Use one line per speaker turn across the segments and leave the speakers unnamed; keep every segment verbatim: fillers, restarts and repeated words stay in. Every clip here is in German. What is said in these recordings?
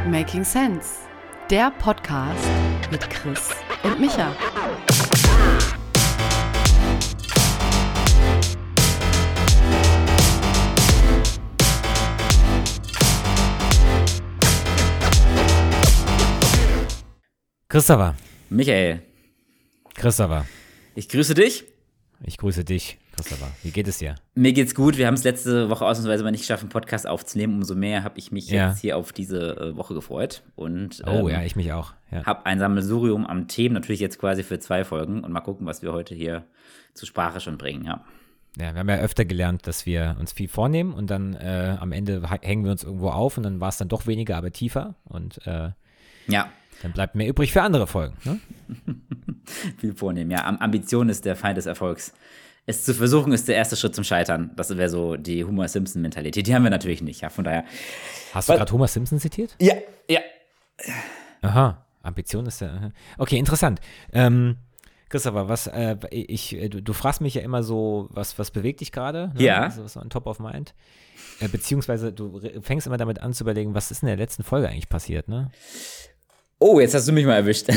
Making Sense, der Podcast mit Chris und Micha.
Christopher.
Michael.
Christopher.
Ich grüße dich.
Ich grüße dich, Christopher. Wie geht es dir?
Mir geht's gut. Wir haben es letzte Woche ausnahmsweise mal nicht geschafft, einen Podcast aufzunehmen. Umso mehr habe ich mich
ja.
jetzt hier auf diese äh, Woche gefreut. Und,
oh
ähm,
ja, ich mich auch. Ja.
Habe ein Sammelsurium an Themen, natürlich jetzt quasi für zwei Folgen. Und mal gucken, was wir heute hier zur Sprache schon bringen. Ja.
Ja, wir haben ja öfter gelernt, dass wir uns viel vornehmen und dann äh, am Ende hängen wir uns irgendwo auf und dann war es dann doch weniger, aber tiefer. Und äh,
ja.
Dann bleibt mehr übrig für andere Folgen. Ne?
Viel vornehmen, ja. Ambition ist der Feind des Erfolgs. Es zu versuchen ist der erste Schritt zum Scheitern. Das wäre so die Homer Simpson-Mentalität. Die haben wir natürlich nicht, ja. Von daher.
Hast du gerade Homer Simpson zitiert?
Ja, ja.
Aha, Ambition ist der. Okay, interessant. Ähm, Christopher, was, äh, ich, du, du fragst mich ja immer so, was, was bewegt dich gerade? Ne?
Ja.
Also, so on top of mind. Äh, beziehungsweise du fängst immer damit an zu überlegen, was ist in der letzten Folge eigentlich passiert, ne?
Oh, jetzt hast du mich mal erwischt.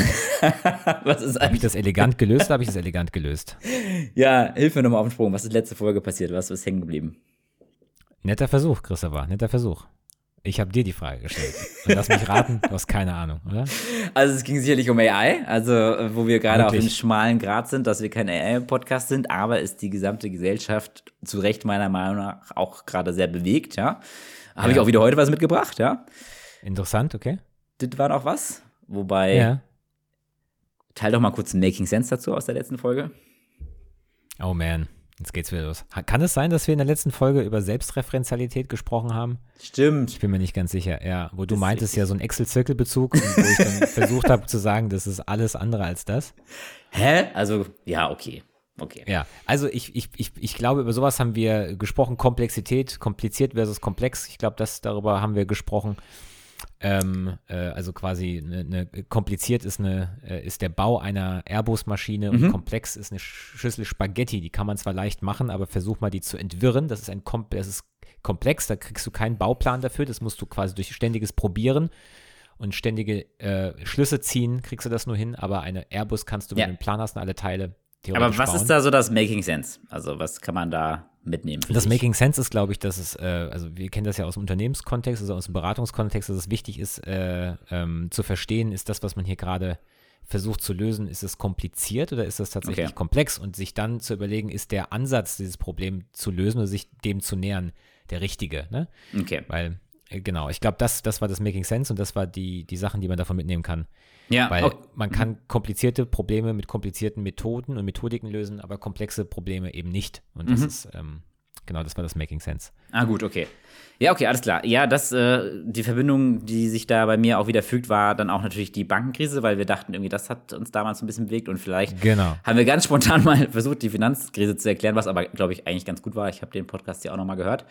Was ist
Habe ich das elegant gelöst oder habe ich das elegant gelöst?
Ja, hilf mir nochmal auf den Sprung. Was ist letzte Folge passiert? Was ist hängen geblieben?
Netter Versuch, Christopher, netter Versuch. Ich habe dir die Frage gestellt. Und lass mich raten, du hast keine Ahnung, oder?
Also es ging sicherlich um A I, also wo wir gerade auf einem schmalen Grad sind, dass wir kein A I-Podcast sind, aber ist die gesamte Gesellschaft zu Recht meiner Meinung nach auch gerade sehr bewegt, ja. Habe ja. ich auch wieder heute was mitgebracht, ja.
Interessant, okay.
Das war noch was. Wobei,
ja.
teil doch mal kurz ein Making Sense dazu aus der letzten Folge.
Oh man, jetzt geht's wieder los. Kann es sein, dass wir in der letzten Folge über Selbstreferenzialität gesprochen haben?
Stimmt.
Ich bin mir nicht ganz sicher, ja. Wo du das meintest ja so ein Excel-Zirkelbezug und wo ich dann versucht habe zu sagen, das ist alles andere als das.
Hä? Also, ja, okay. Okay.
Ja, also ich, ich, ich, ich glaube, über sowas haben wir gesprochen, Komplexität, kompliziert versus komplex. Ich glaube, das darüber haben wir gesprochen. Ähm, äh, also quasi eine, eine, kompliziert ist, eine, äh, ist der Bau einer Airbus-Maschine und
mhm.
komplex ist eine Schüssel Spaghetti. Die kann man zwar leicht machen, aber versuch mal, die zu entwirren. Das ist ein Kom- das ist komplex, da kriegst du keinen Bauplan dafür. Das musst du quasi durch ständiges Probieren und ständige äh, Schlüsse ziehen, kriegst du das nur hin. Aber eine Airbus kannst du, wenn
ja.
du einen Plan hast und alle Teile theoretisch
Aber was
bauen.
ist da so das Making Sense? Also was kann man da mitnehmen?
Das
dich?
Making Sense ist, glaube ich, dass es, äh, also wir kennen das ja aus dem Unternehmenskontext, also aus dem Beratungskontext, dass es wichtig ist, äh, ähm, zu verstehen, ist das, was man hier gerade versucht zu lösen, ist es kompliziert oder ist das tatsächlich
okay.
komplex? Und sich dann zu überlegen, ist der Ansatz, dieses Problem zu lösen oder sich dem zu nähern, der richtige, ne?
Okay.
Weil, äh, genau, ich glaube, das, das war das Making Sense und das war die, die Sachen, die man davon mitnehmen kann.
Ja,
Weil
okay.
man kann komplizierte Probleme mit komplizierten Methoden und Methodiken lösen, aber komplexe Probleme eben nicht. Und das
mhm.
ist, ähm, genau, das war das Making Sense.
Ah, gut, okay. Ja, okay, alles klar. Ja, das, äh, die Verbindung, die sich da bei mir auch wieder fügt, war dann auch natürlich die Bankenkrise, weil wir dachten, irgendwie, das hat uns damals ein bisschen bewegt und vielleicht
genau.
haben wir ganz spontan mal versucht, die Finanzkrise zu erklären, was aber, glaube ich, eigentlich ganz gut war. Ich habe den Podcast ja auch nochmal gehört.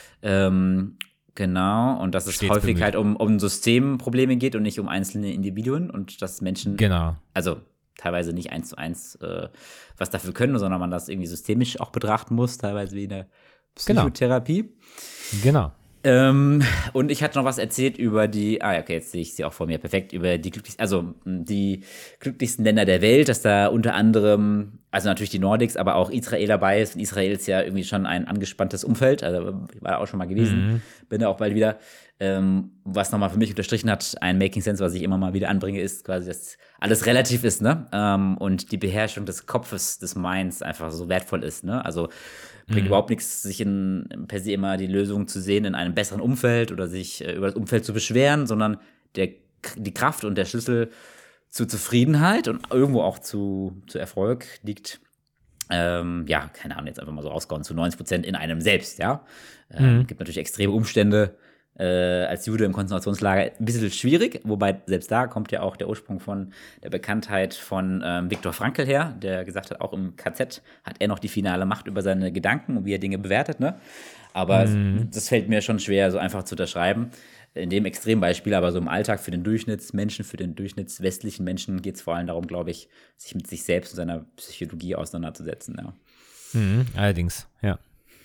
Ähm, Genau, und dass es
Stets
häufig
bemüht.
halt um, um Systemprobleme geht und nicht um einzelne Individuen und dass Menschen,
genau.
also teilweise nicht eins zu eins äh, was dafür können, sondern man das irgendwie systemisch auch betrachten muss, teilweise wie in der Psychotherapie.
Genau.
Ähm, und ich hatte noch was erzählt über die, ah, okay, jetzt sehe ich sie auch vor mir, perfekt, über die glücklichsten, also die glücklichsten Länder der Welt, dass da unter anderem, also natürlich die Nordics, aber auch Israel dabei ist. Und Israel ist ja irgendwie schon ein angespanntes Umfeld, also ich war da auch schon mal gewesen, mhm. bin da auch bald wieder. Ähm, was nochmal für mich unterstrichen hat, ein Making Sense, was ich immer mal wieder anbringe, ist quasi, dass alles relativ ist, ne? Ähm, und die Beherrschung des Kopfes, des Minds einfach so wertvoll ist, ne? Also bringt mhm. überhaupt nichts, sich in per se immer die Lösung zu sehen in einem besseren Umfeld oder sich äh, über das Umfeld zu beschweren, sondern der, die Kraft und der Schlüssel zu Zufriedenheit und irgendwo auch zu, zu Erfolg liegt, ähm, ja, keine Ahnung, jetzt einfach mal so rausgehauen, zu neunzig Prozent in einem selbst, ja. Ähm,
mhm.
Gibt natürlich extreme Umstände, äh, als Jude im Konzentrationslager ein bisschen schwierig, wobei selbst da kommt ja auch der Ursprung von der Bekanntheit von ähm, Viktor Frankl her, der gesagt hat, auch im K Z hat er noch die finale Macht über seine Gedanken und wie er Dinge bewertet, ne? Aber mhm. das fällt mir schon schwer, so einfach zu unterschreiben. In dem Extrembeispiel, aber so im Alltag für den Durchschnittsmenschen, für den durchschnittswestlichen Menschen geht es vor allem darum, glaube ich, sich mit sich selbst und seiner Psychologie auseinanderzusetzen, ja.
Mhm, allerdings, ja.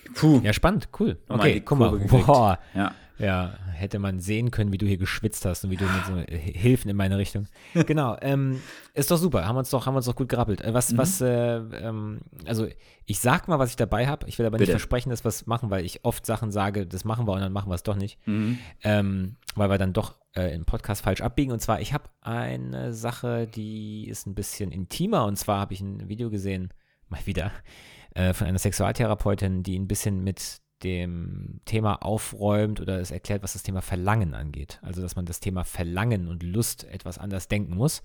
Puh.
Ja, spannend, cool.
Nochmal
Okay,
die
guck mal.
Kurve gekriegt.
Boah.
Ja.
Ja, hätte man sehen können, wie du hier geschwitzt hast und wie du mit so Hilfen in meine Richtung. Genau, ähm, ist doch super. Haben wir uns doch, haben wir uns doch gut gerappelt. Äh, Was,
Mhm.
was, äh, ähm, also ich sag mal, was ich dabei habe. Ich will aber
Bitte.
nicht versprechen, dass wir es machen, weil ich oft Sachen sage, das machen wir und dann machen wir es doch nicht.
Mhm.
Ähm, weil wir dann doch äh, im Podcast falsch abbiegen. Und zwar, ich habe eine Sache, die ist ein bisschen intimer. Und zwar habe ich ein Video gesehen, mal wieder, äh, von einer Sexualtherapeutin, die ein bisschen mit dem Thema aufräumt oder es erklärt, was das Thema Verlangen angeht. Also, dass man das Thema Verlangen und Lust etwas anders denken muss,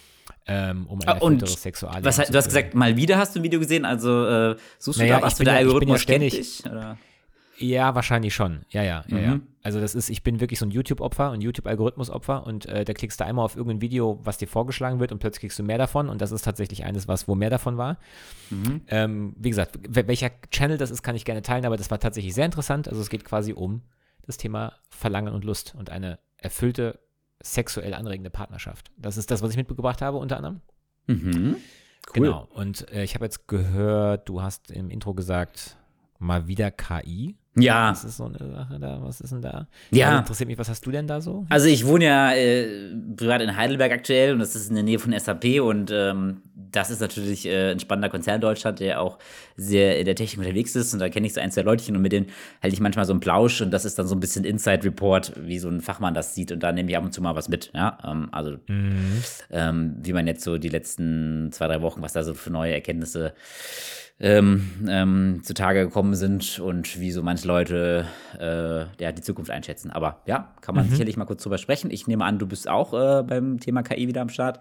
ähm, um ein
Ah, und
erfüllteres Sexualleben
Was,
zu
du hast
führen.
gesagt, mal wieder hast du ein Video gesehen, also äh, suchst du
Naja,
da was
ich
für
bin
der
ja- ich bin ja
Algorithmus
ständig-
kennt dich, oder?
Ja, wahrscheinlich schon. Ja, ja, ja,
Mhm.
ja. Also das ist, ich bin wirklich so ein YouTube-Opfer, ein YouTube-Algorithmus-Opfer und äh, da klickst du einmal auf irgendein Video, was dir vorgeschlagen wird und plötzlich kriegst du mehr davon und das ist tatsächlich eines, was, wo mehr davon war.
Mhm.
Ähm, wie gesagt, wel- welcher Channel das ist, kann ich gerne teilen, aber das war tatsächlich sehr interessant. Also es geht quasi um das Thema Verlangen und Lust und eine erfüllte, sexuell anregende Partnerschaft. Das ist das, was ich mitgebracht habe, unter anderem.
Mhm. Cool.
Genau. Und äh, ich habe jetzt gehört, du hast im Intro gesagt, mal wieder K I.
Ja,
Das ist so eine Sache da. Was ist denn da?
Ja.
Also interessiert mich, was hast du denn da so?
also ich wohne ja äh, privat in Heidelberg aktuell und das ist in der Nähe von S A P und ähm, das ist natürlich äh, ein spannender Konzern in Deutschland, der auch sehr in der Technik unterwegs ist und da kenne ich so ein, zwei Leutchen und mit denen halte ich manchmal so einen Plausch und das ist dann so ein bisschen Inside-Report, wie so ein Fachmann das sieht und da nehme ich ab und zu mal was mit, ja, ähm, also
Mhm.
ähm, wie man jetzt so die letzten zwei, drei Wochen, was da so für neue Erkenntnisse ähm, ähm, zutage gekommen sind und wie so manche Leute äh, ja, die Zukunft einschätzen. Aber ja, kann man
Mhm.
sicherlich mal kurz drüber sprechen. Ich nehme an, du bist auch äh, beim Thema K I wieder am Start.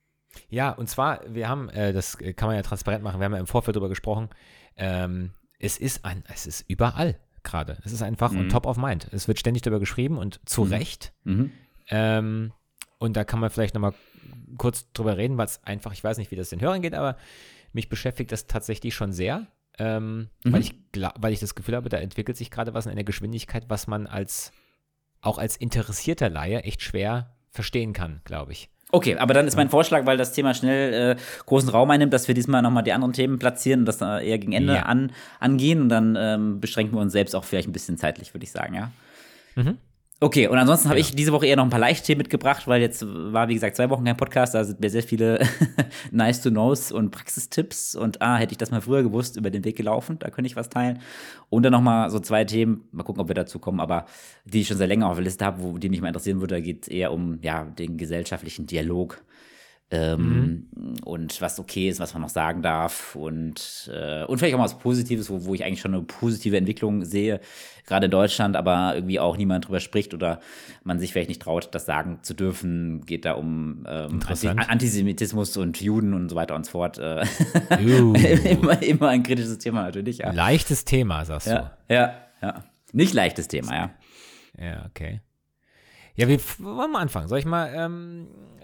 Ja, und zwar, wir haben, äh, das kann man ja transparent machen, wir haben ja im Vorfeld drüber gesprochen, ähm, es ist ein, es ist überall gerade. Es ist einfach
Mhm.
on top of mind. Es wird ständig darüber geschrieben und zu
Mhm.
Recht.
Mhm.
Ähm, und da kann man vielleicht nochmal kurz drüber reden, weil es einfach, ich weiß nicht, wie das den Hörern geht, aber mich beschäftigt das tatsächlich schon sehr, ähm,
Mhm.
weil, ich gla- weil ich das Gefühl habe, da entwickelt sich gerade was in einer Geschwindigkeit, was man als auch als interessierter Laie echt schwer verstehen kann, glaube ich.
Okay, aber dann ist mein Vorschlag, weil das Thema schnell äh, großen Raum einnimmt, dass wir diesmal nochmal die anderen Themen platzieren und das da eher gegen Ende
Ja.
an, angehen und dann ähm, beschränken wir uns selbst auch vielleicht ein bisschen zeitlich, würde ich sagen, ja.
Mhm.
Okay, und ansonsten habe
Genau.
ich diese Woche eher noch ein paar Leichtthemen mitgebracht, weil jetzt war, wie gesagt, zwei Wochen kein Podcast, da sind mir sehr viele Nice-to-Knows und Praxistipps und ah, hätte ich das mal früher gewusst, über den Weg gelaufen, da könnte ich was teilen. Und dann noch mal so zwei Themen, mal gucken, ob wir dazu kommen, aber die ich schon sehr länger auf der Liste habe, wo die mich mal interessieren würde, da geht es eher um ja, den gesellschaftlichen Dialog. Ähm, und was okay ist, was man noch sagen darf und, äh, und vielleicht auch mal was Positives, wo, wo ich eigentlich schon eine positive Entwicklung sehe, gerade in Deutschland, aber irgendwie auch niemand drüber spricht oder man sich vielleicht nicht traut, das sagen zu dürfen, geht da um ähm,
Interessant.
Anti- Antisemitismus und Juden und so weiter und so fort. Äh,
Uh.
immer, immer ein kritisches Thema natürlich, ja.
Leichtes Thema, sagst
Ja, ja, ja. Nicht leichtes Thema, ja.
du. Ja, okay. Ja, wir f- wollen mal anfangen. Soll ich mal ähm,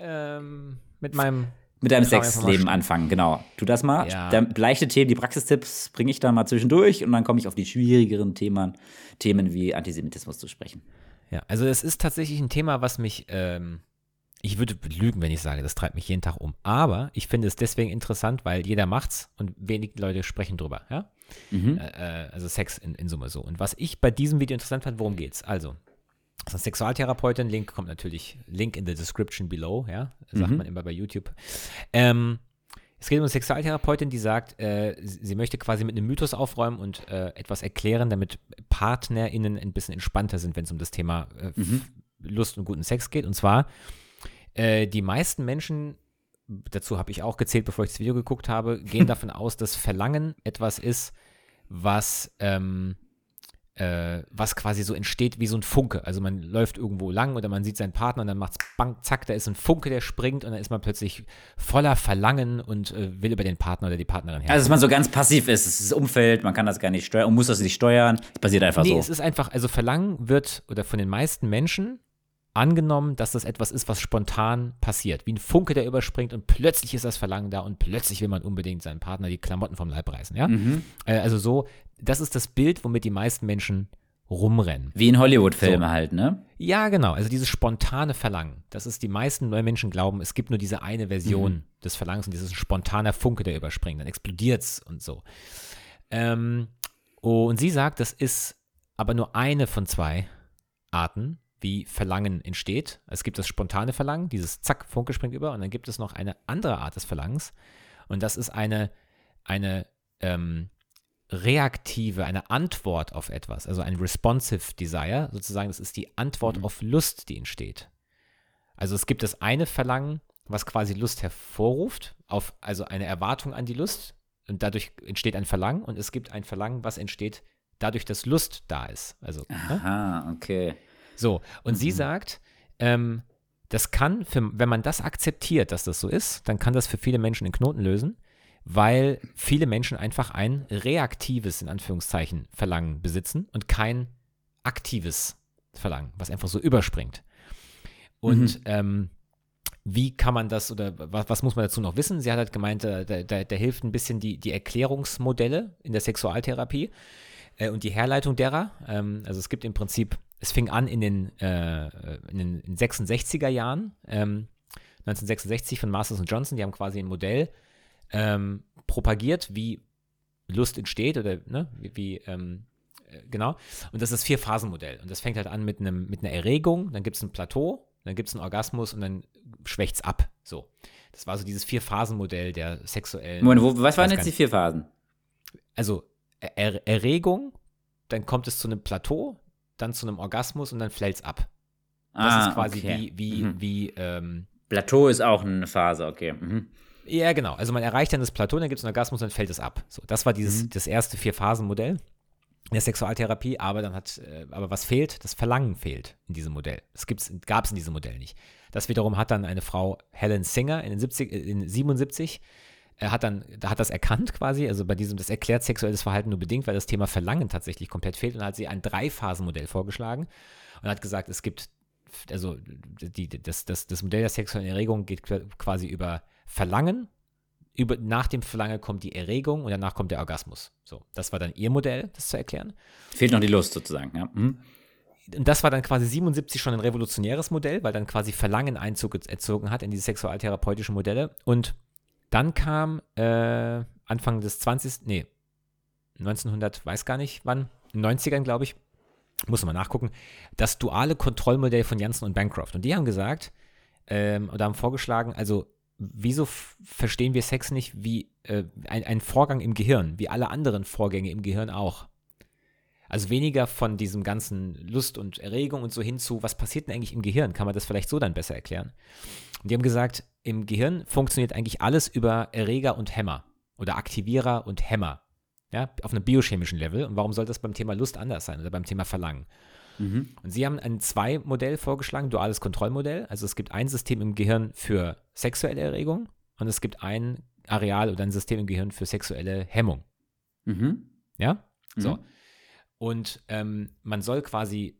ähm, mit meinem
Mit deinem
Fangen wir einfach mal
Sexleben
schnell-
anfangen, genau. Tu das mal.
Ja.
Dann leichte Themen, die Praxistipps bringe ich dann mal zwischendurch und dann komme ich auf die schwierigeren Themen, Themen wie Antisemitismus zu sprechen.
Ja, also es ist tatsächlich ein Thema, was mich, ähm, ich würde lügen, wenn ich sage, das treibt mich jeden Tag um. Aber ich finde es deswegen interessant, weil jeder macht's und wenig Leute sprechen drüber, ja?
Mhm.
Äh, also Sex in, in Summe so. Und was ich bei diesem Video interessant fand, worum geht's? Also, das ist eine Sexualtherapeutin, Link kommt natürlich, Link in the description below, ja, sagt
Mhm.
man immer bei YouTube. Ähm, es geht um eine Sexualtherapeutin, die sagt, äh, sie sie möchte quasi mit einem Mythos aufräumen und äh, etwas erklären, damit PartnerInnen ein bisschen entspannter sind, wenn es um das Thema äh,
Mhm.
Lust und guten Sex geht. Und zwar, äh, die meisten Menschen, dazu habe ich auch gezählt, bevor ich das Video geguckt habe, gehen davon aus, dass Verlangen etwas ist, was, ähm, äh, was quasi so entsteht wie so ein Funke. Also man läuft irgendwo lang oder man sieht seinen Partner und dann macht's bang, zack, da ist ein Funke, der springt und dann ist man plötzlich voller Verlangen und äh, will über den Partner oder die Partnerin her.
Also, dass man so ganz passiv ist. Es ist das Umfeld, man kann das gar nicht steuern und muss das nicht steuern. Es passiert einfach
nee,
so.
es ist einfach, also Verlangen wird oder von den meisten Menschen angenommen, dass das etwas ist, was spontan passiert. Wie ein Funke, der überspringt und plötzlich ist das Verlangen da und plötzlich will man unbedingt seinem Partner die Klamotten vom Leib reißen, ja?
Mhm.
Äh, also so, das ist das Bild, womit die meisten Menschen rumrennen.
Wie in Hollywood-Filmen
So.
halt, ne?
Ja, genau, also dieses spontane Verlangen. Das ist, die meisten neuen Menschen glauben, es gibt nur diese eine Version
Mhm.
des Verlangens und dieses spontaner Funke, der überspringt. Dann explodiert's und so. Ähm, Und sie sagt, das ist aber nur eine von zwei Arten, wie Verlangen entsteht. Es gibt das spontane Verlangen, dieses Zack, Funke springt über, und dann gibt es noch eine andere Art des Verlangens, und das ist eine, eine ähm, reaktive, eine Antwort auf etwas, also ein responsive Desire, sozusagen, das ist die Antwort mhm. auf Lust, die entsteht. Also es gibt das eine Verlangen, was quasi Lust hervorruft, auf, also eine Erwartung an die Lust, und dadurch entsteht ein Verlangen, und es gibt ein Verlangen, was entsteht dadurch, dass Lust da ist. Also,
Aha,
ne?
okay.
So, und
Mhm.
sie sagt, ähm, das kann, für, wenn man das akzeptiert, dass das so ist, dann kann das für viele Menschen den Knoten lösen, weil viele Menschen einfach ein reaktives, in Anführungszeichen, Verlangen besitzen und kein aktives Verlangen, was einfach so überspringt. Und mhm. ähm, wie kann man das, oder was, was muss man dazu noch wissen? Sie hat halt gemeint, da, da, da hilft ein bisschen die, die Erklärungsmodelle in der Sexualtherapie äh, und die Herleitung derer. Ähm, also es gibt im Prinzip, es fing an in den, äh, in den sechsundsechziger Jahren, ähm, neunzehnhundertsechsundsechzig von Masters und Johnson, die haben quasi ein Modell ähm, propagiert, wie Lust entsteht, oder ne, wie, wie ähm, äh, genau. Und das ist das Vier-Phasen-Modell. Und das fängt halt an mit, einem, mit einer Erregung, dann gibt es ein Plateau, dann gibt es einen Orgasmus und dann schwächt es ab. So. Das war so dieses Vier-Phasen-Modell der sexuellen.
Moment, wo, was waren jetzt die vier Phasen?
Also er Erregung, dann kommt es zu einem Plateau, dann zu einem Orgasmus und dann fällt es ab. Das
ah,
ist quasi
okay.
wie, wie,
mhm.
wie ähm,
Plateau ist auch eine Phase, okay. Mhm.
Ja, genau. Also man erreicht dann das Plateau, dann gibt es einen Orgasmus, dann fällt es ab. So, das war dieses, mhm. das erste Vier-Phasen-Modell der Sexualtherapie, aber dann hat, äh, aber was fehlt? Das Verlangen fehlt in diesem Modell. Das gab es in diesem Modell nicht. Das wiederum hat dann eine Frau, Helen Singer, in den siebzig, in siebenundsiebzig, äh, hat dann, da hat das erkannt quasi, also bei diesem, das erklärt sexuelles Verhalten nur bedingt, weil das Thema Verlangen tatsächlich komplett fehlt, und da hat sie ein Drei-Phasen-Modell vorgeschlagen und hat gesagt, es gibt, also die, das, das, das Modell der sexuellen Erregung geht quasi über Verlangen, über, nach dem Verlangen kommt die Erregung und danach kommt der Orgasmus. So, das war dann ihr Modell, das zu erklären.
Fehlt noch die Lust sozusagen, ja. Mhm.
Und das war dann quasi siebenundsiebzig schon ein revolutionäres Modell, weil dann quasi Verlangen Einzug erzogen hat in diese sexualtherapeutischen Modelle. Und dann kam äh, Anfang des zwanzigsten, nee, neunzehnhundert, weiß gar nicht wann, in den neunzigern, glaube ich, muss man nachgucken, das duale Kontrollmodell von Janssen und Bancroft. Und die haben gesagt, ähm, oder haben vorgeschlagen, also wieso f- verstehen wir Sex nicht wie äh, ein, ein Vorgang im Gehirn, wie alle anderen Vorgänge im Gehirn auch? Also weniger von diesem ganzen Lust und Erregung und so hin zu, was passiert denn eigentlich im Gehirn? Kann man das vielleicht so dann besser erklären? Und die haben gesagt, im Gehirn funktioniert eigentlich alles über Erreger und Hämmer oder Aktivierer und Hämmer, ja, auf einem biochemischen Level. Und warum soll das beim Thema Lust anders sein oder beim Thema Verlangen? Mhm. Und sie haben ein Zwei-Modell vorgeschlagen, duales Kontrollmodell. Also es gibt ein System im Gehirn für sexuelle Erregung und es gibt ein Areal oder ein System im Gehirn für sexuelle Hemmung.
Mhm.
Ja?
Mhm.
So. Und ähm, man soll quasi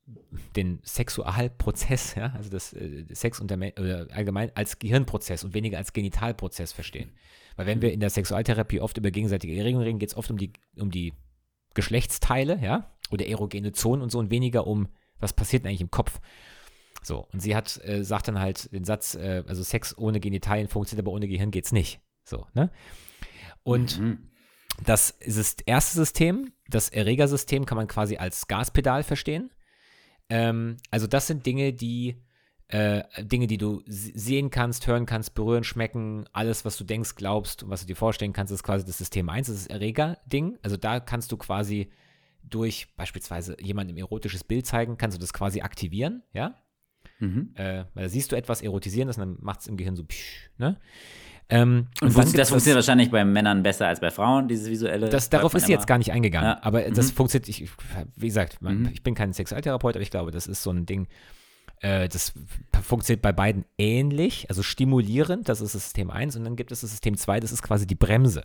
den Sexualprozess, ja, also das äh, Sex und der, oder allgemein als Gehirnprozess und weniger als Genitalprozess verstehen. Weil wenn wir in der Sexualtherapie oft über gegenseitige Erregung reden, geht es oft um die, um die Geschlechtsteile, ja, oder erogene Zonen und so, und weniger um, was passiert denn eigentlich im Kopf. So, und sie hat, äh, sagt dann halt den Satz, äh, also Sex ohne Genitalien funktioniert, aber ohne Gehirn geht's nicht. So, ne? Und mhm. das ist das erste System, das Erregersystem, kann man quasi als Gaspedal verstehen. Ähm, also das sind Dinge, die äh, Dinge, die du sehen kannst, hören kannst, berühren, schmecken, alles, was du denkst, glaubst und was du dir vorstellen kannst, ist quasi das System eins, das ist das Erreger-Ding. Also da kannst du quasi durch beispielsweise jemandem ein erotisches Bild zeigen, kannst du das quasi aktivieren, ja? Mhm. Äh, weil da siehst du etwas Erotisierendes und dann macht es im Gehirn so psch, ne? Ähm,
und und das, das funktioniert wahrscheinlich bei Männern besser als bei Frauen, dieses visuelle.
Das, darauf ist sie jetzt gar nicht eingegangen. Ja. Aber mhm. das funktioniert, ich, wie gesagt, man,
mhm.
ich bin kein Sexualtherapeut, aber ich glaube, das ist so ein Ding, äh, das funktioniert bei beiden ähnlich, also stimulierend, das ist das System eins, und dann gibt es das System zwei, das ist quasi die Bremse.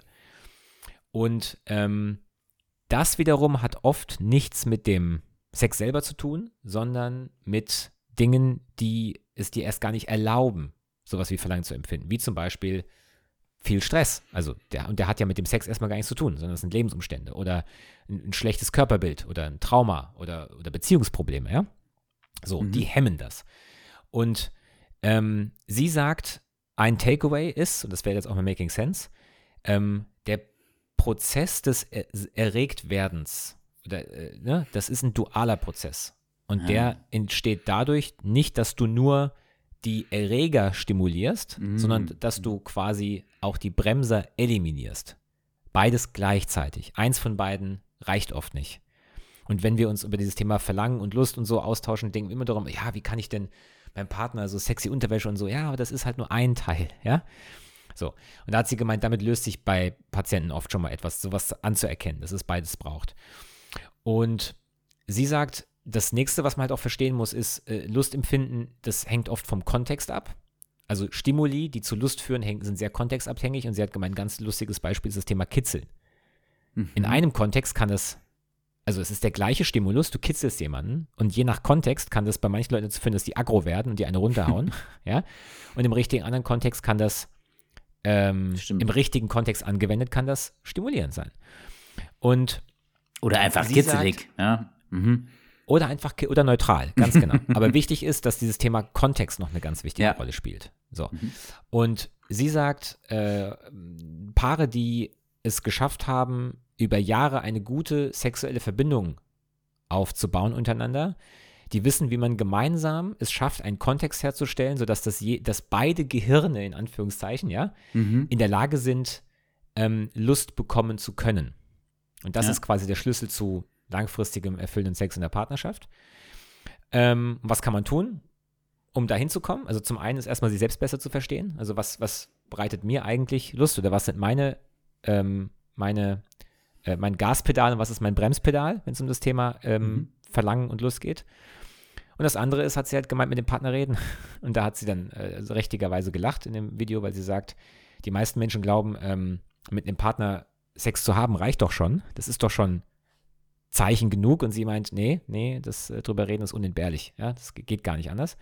Und ähm, das wiederum hat oft nichts mit dem Sex selber zu tun, sondern mit Dingen, die es dir erst gar nicht erlauben, sowas wie Verlangen zu empfinden, wie zum Beispiel viel Stress. Also der, und der hat ja mit dem Sex erstmal gar nichts zu tun, sondern es sind Lebensumstände oder ein, ein schlechtes Körperbild oder ein Trauma oder, oder Beziehungsprobleme, ja. So, mhm. die hemmen das. Und ähm, sie sagt, ein Takeaway ist, und das wäre jetzt auch mal Making Sense, ähm, der Prozess des er Erregtwerdens, oder, äh, ne, das ist ein dualer Prozess. Und
Ja.
der entsteht dadurch nicht, dass du nur die Erreger stimulierst,
Mhm.
sondern dass du quasi auch die Bremser eliminierst. Beides gleichzeitig. Eins von beiden reicht oft nicht. Und wenn wir uns über dieses Thema Verlangen und Lust und so austauschen, denken wir immer darum, ja, wie kann ich denn meinem Partner so sexy Unterwäsche und so, ja, aber das ist halt nur ein Teil, ja. So, und da hat sie gemeint, damit löst sich bei Patienten oft schon mal etwas, sowas anzuerkennen, dass es beides braucht. Und sie sagt, das nächste, was man halt auch verstehen muss, ist, äh, Lustempfinden, das hängt oft vom Kontext ab. Also Stimuli, die zu Lust führen, hängen, sind sehr kontextabhängig. Und sie hat gemeint, ein ganz lustiges Beispiel ist das Thema Kitzeln.
Mhm.
In einem Kontext kann das, also es ist der gleiche Stimulus, du kitzelst jemanden und je nach Kontext kann das bei manchen Leuten dazu führen, dass die aggro werden und die eine runterhauen. ja? Und im richtigen anderen Kontext kann das, ähm,
Stimmt.
im richtigen Kontext angewendet, kann das stimulierend sein. Und
Oder einfach
Sie
kitzelig. Ja. Mhm.
Oder einfach, ki- oder neutral, ganz genau. Aber wichtig ist, dass dieses Thema Kontext noch eine ganz wichtige
Ja.
Rolle spielt. So.
Mhm.
Und sie sagt, äh, Paare, die es geschafft haben, über Jahre eine gute sexuelle Verbindung aufzubauen untereinander, die wissen, wie man gemeinsam es schafft, einen Kontext herzustellen, sodass das je, dass beide Gehirne, in Anführungszeichen, ja,
Mhm.
in der Lage sind, ähm, Lust bekommen zu können. Und das
Ja.
ist quasi der Schlüssel zu langfristigem, erfüllenden Sex in der Partnerschaft. Ähm, was kann man tun, um da hinzukommen? Also zum einen ist erstmal sich selbst besser zu verstehen. Also was, was bereitet mir eigentlich Lust oder was sind meine, ähm, meine, äh, mein Gaspedal und was ist mein Bremspedal, wenn es um das Thema ähm,
Mhm.
Verlangen und Lust geht. Und das andere ist, hat sie halt gemeint, mit dem Partner reden. Und da hat sie dann äh, also richtigerweise gelacht in dem Video, weil sie sagt, die meisten Menschen glauben, ähm, mit einem Partner Sex zu haben reicht doch schon. Das ist doch schon Zeichen genug. Und sie meint, nee, nee, das äh, drüber reden ist unentbehrlich. Ja, das ge- geht gar nicht anders.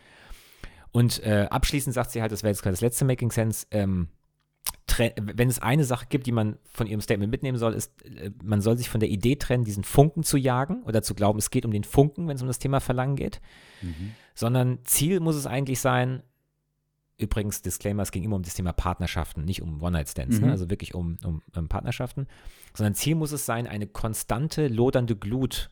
Und äh, abschließend sagt sie halt, das wäre jetzt das letzte Making Sense, ähm, tre- wenn es eine Sache gibt, die man von ihrem Statement mitnehmen soll, ist, äh, man soll sich von der Idee trennen, diesen Funken zu jagen oder zu glauben, es geht um den Funken, wenn es um das Thema Verlangen geht,
Mhm.
sondern Ziel muss es eigentlich sein, übrigens, Disclaimer, es ging immer um das Thema Partnerschaften, nicht um One-Night-Stands,
Mhm.
ne? Also wirklich um, um, um Partnerschaften, sondern Ziel muss es sein, eine konstante, lodernde Glut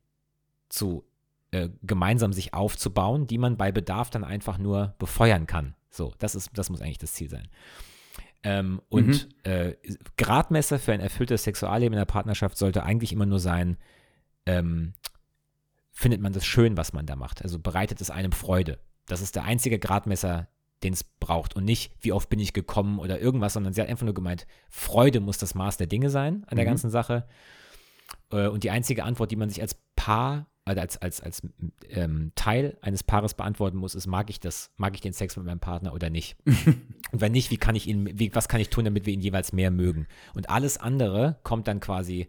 zu äh, gemeinsam sich aufzubauen, die man bei Bedarf dann einfach nur befeuern kann. So, das ist, das muss eigentlich das Ziel sein. Ähm, und äh, Gradmesser für ein erfülltes Sexualleben in der Partnerschaft sollte eigentlich immer nur sein, ähm, findet man das schön, was man da macht? Also bereitet es einem Freude? Das ist der einzige Gradmesser, den es braucht und nicht, wie oft bin ich gekommen oder irgendwas, sondern sie hat einfach nur gemeint, Freude muss das Maß der Dinge sein an der
Mhm.
ganzen Sache. Äh, und die einzige Antwort, die man sich als Paar, also als, als, als ähm, Teil eines Paares beantworten muss, ist, mag ich das, mag ich den Sex mit meinem Partner oder nicht? Und wenn nicht, wie kann ich ihn, wie, was kann ich tun, damit wir ihn jeweils mehr mögen? Und alles andere kommt dann quasi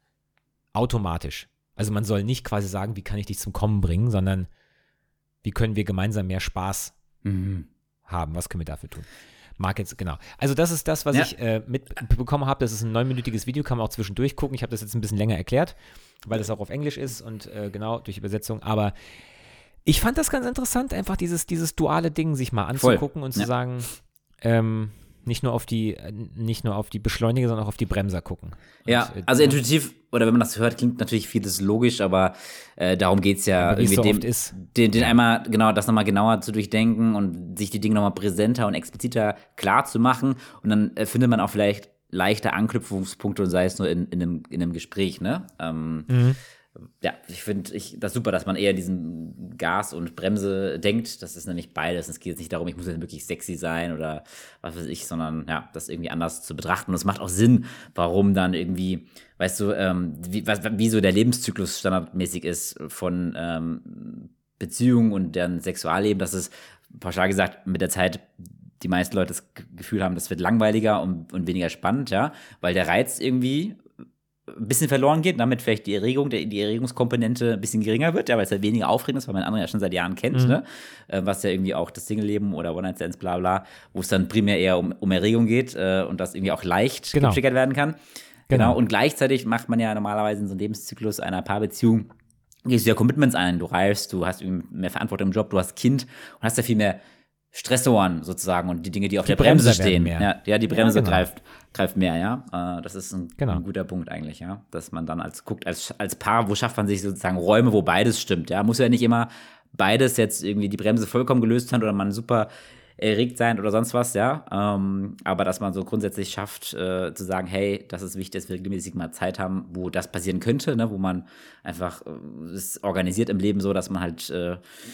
automatisch. Also man soll nicht quasi sagen, wie kann ich dich zum Kommen bringen, sondern wie können wir gemeinsam mehr Spaß
Mhm.
haben? Was können wir dafür tun? Mag jetzt, genau. Also das ist das, was
Ja.
ich äh, mitbekommen habe. Das ist ein neunminütiges Video, kann man auch zwischendurch gucken. Ich habe das jetzt ein bisschen länger erklärt, weil das auch auf Englisch ist und äh, genau, durch Übersetzung. Aber ich fand das ganz interessant, einfach dieses, dieses duale Ding sich mal anzugucken und zu
Ja.
sagen, ähm, nicht nur auf die, äh, nicht nur auf die Beschleuniger, sondern auch auf die Bremser gucken.
Ja,
Und, äh,
also intuitiv, oder wenn man das hört, klingt natürlich vieles logisch, aber äh, darum geht es ja
Aber wie es
irgendwie
so
dem,
oft ist.
den, den einmal, genau, das nochmal genauer zu durchdenken und sich die Dinge nochmal präsenter und expliziter klar zu machen. Und dann äh, findet man auch vielleicht leichte Anknüpfungspunkte und sei es nur in, in, einem, in einem Gespräch, ne? Ähm,
Mhm.
Ja, ich finde ich, das super, dass man eher diesen Gas und Bremse denkt. Das ist nämlich beides. Es geht jetzt nicht darum, ich muss jetzt wirklich sexy sein oder was weiß ich, sondern ja, das irgendwie anders zu betrachten. Und es macht auch Sinn, warum dann irgendwie, weißt du, ähm, wie, was, wie so der Lebenszyklus standardmäßig ist von ähm, Beziehungen und deren Sexualleben, dass es pauschal gesagt mit der Zeit die meisten Leute das G- Gefühl haben, das wird langweiliger und, und weniger spannend, ja, weil der Reiz irgendwie ein bisschen verloren geht, damit vielleicht die Erregung, die, die Erregungskomponente ein bisschen geringer wird, ja, weil es halt weniger aufregend ist, weil man andere ja schon seit Jahren kennt,
Mhm.
ne? Äh, was ja irgendwie auch das Single-Leben oder One-Night-Stands, bla bla, wo es dann primär eher um, um Erregung geht äh, und das irgendwie auch leicht
Genau.
getriggert werden kann.
Genau.
Genau. Und gleichzeitig macht man ja normalerweise in so einem Lebenszyklus einer Paarbeziehung, gehst du ja Commitments ein, du reifst, du hast irgendwie mehr Verantwortung im Job, du hast Kind und hast ja viel mehr Stressoren sozusagen und die Dinge, die auf
Die
der Bremse
Bremser werden
stehen.
mehr.
Ja, ja, die Bremse
Ja, genau.
greift, greift mehr, ja. Äh, das ist ein,
Genau.
ein guter Punkt eigentlich, ja. Dass man dann als guckt, als, als Paar, wo schafft man sich sozusagen Räume, wo beides stimmt, ja. Muss ja nicht immer beides jetzt irgendwie die Bremse vollkommen gelöst hat oder man super erregt sein oder sonst was, ja. Ähm, aber dass man so grundsätzlich schafft, äh, zu sagen, hey, das ist wichtig, dass wir regelmäßig mal Zeit haben, wo das passieren könnte, ne? Wo man einfach äh, es organisiert im Leben so, dass man halt äh,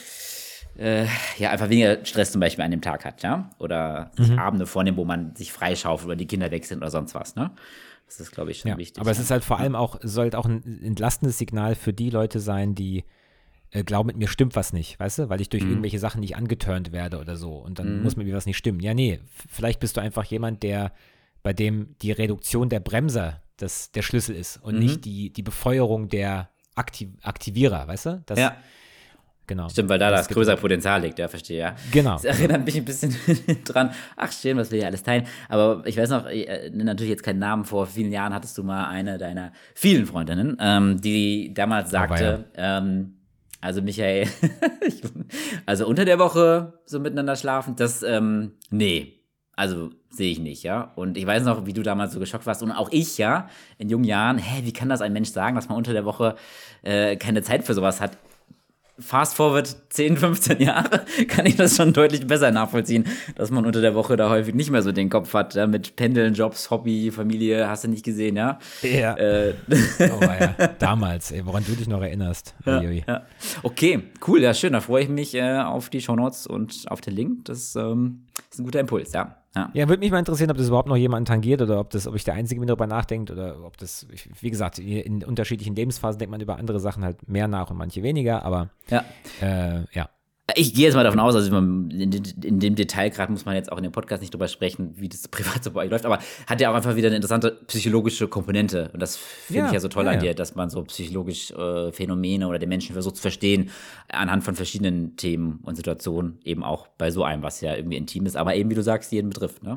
äh, ja einfach weniger Stress zum Beispiel an dem Tag hat, ja. Oder sich
Mhm.
Abende vornimmt, wo man sich freischaufelt oder die Kinder weg sind oder sonst was, ne? Das ist, glaube ich, schon
Ja,
wichtig.
aber es
ja.
ist halt vor allem auch, sollte auch ein entlastendes Signal für die Leute sein, die äh, glauben, mit mir stimmt was nicht, weißt du, weil ich durch
Mhm.
irgendwelche Sachen nicht angeturnt werde oder so und dann
Mhm.
muss mit mir was nicht stimmen. Ja, nee, f- vielleicht bist du einfach jemand, der, bei dem die Reduktion der Bremser das, der Schlüssel ist und
Mhm.
nicht die, die Befeuerung der Aktiv Aktivierer, weißt du? Das,
Ja,
genau.
stimmt, weil da das,
gibt-
größere Potenzial liegt, ja, verstehe, ja.
Genau.
Das erinnert mich ein bisschen dran. Ach, schön, was wir hier alles teilen. Aber ich weiß noch, ich äh, nenne natürlich jetzt keinen Namen. Vor vielen Jahren hattest du mal eine deiner vielen Freundinnen, ähm, die damals sagte, ähm, also Michael, ich, also unter der Woche so miteinander schlafen, das, ähm, nee, also sehe ich nicht, ja. Und ich weiß noch, wie du damals so geschockt warst und auch ich, ja, in jungen Jahren, hä, wie kann das ein Mensch sagen, dass man unter der Woche äh, keine Zeit für sowas hat? Fast forward zehn, fünfzehn Jahre, kann ich das schon deutlich besser nachvollziehen, dass man unter der Woche da häufig nicht mehr so den Kopf hat, ja, mit Pendeln, Jobs, Hobby, Familie, hast du nicht gesehen, ja?
Ja.
Äh,
Oh, ja. Damals, ey, woran du dich noch erinnerst.
ja,
Uiui.
ja. Okay, cool, ja, schön, da freue ich mich äh, auf die Shownotes und auf den Link, das ähm, ist ein guter Impuls, ja. Ja.
Ja, würde mich mal interessieren, ob das überhaupt noch jemanden tangiert oder ob das, ob ich der Einzige bin, der darüber nachdenkt oder ob das, ich- wie gesagt, in unterschiedlichen Lebensphasen denkt man über andere Sachen halt mehr nach und manche weniger, aber
Ja.
äh, ja.
Ich gehe jetzt mal davon aus, also man- in, in dem Detailgrad muss man jetzt auch in dem Podcast nicht drüber sprechen, wie das privat so bei euch läuft, aber hat ja auch einfach wieder eine interessante psychologische Komponente. Und das finde
Ja,
ich ja so toll
ja,
an
ja.
dir, dass man so psychologisch äh, Phänomene oder den Menschen versucht zu verstehen, anhand von verschiedenen Themen und Situationen, eben auch bei so einem, was ja irgendwie intim ist, aber eben, wie du sagst, jeden betrifft, ne?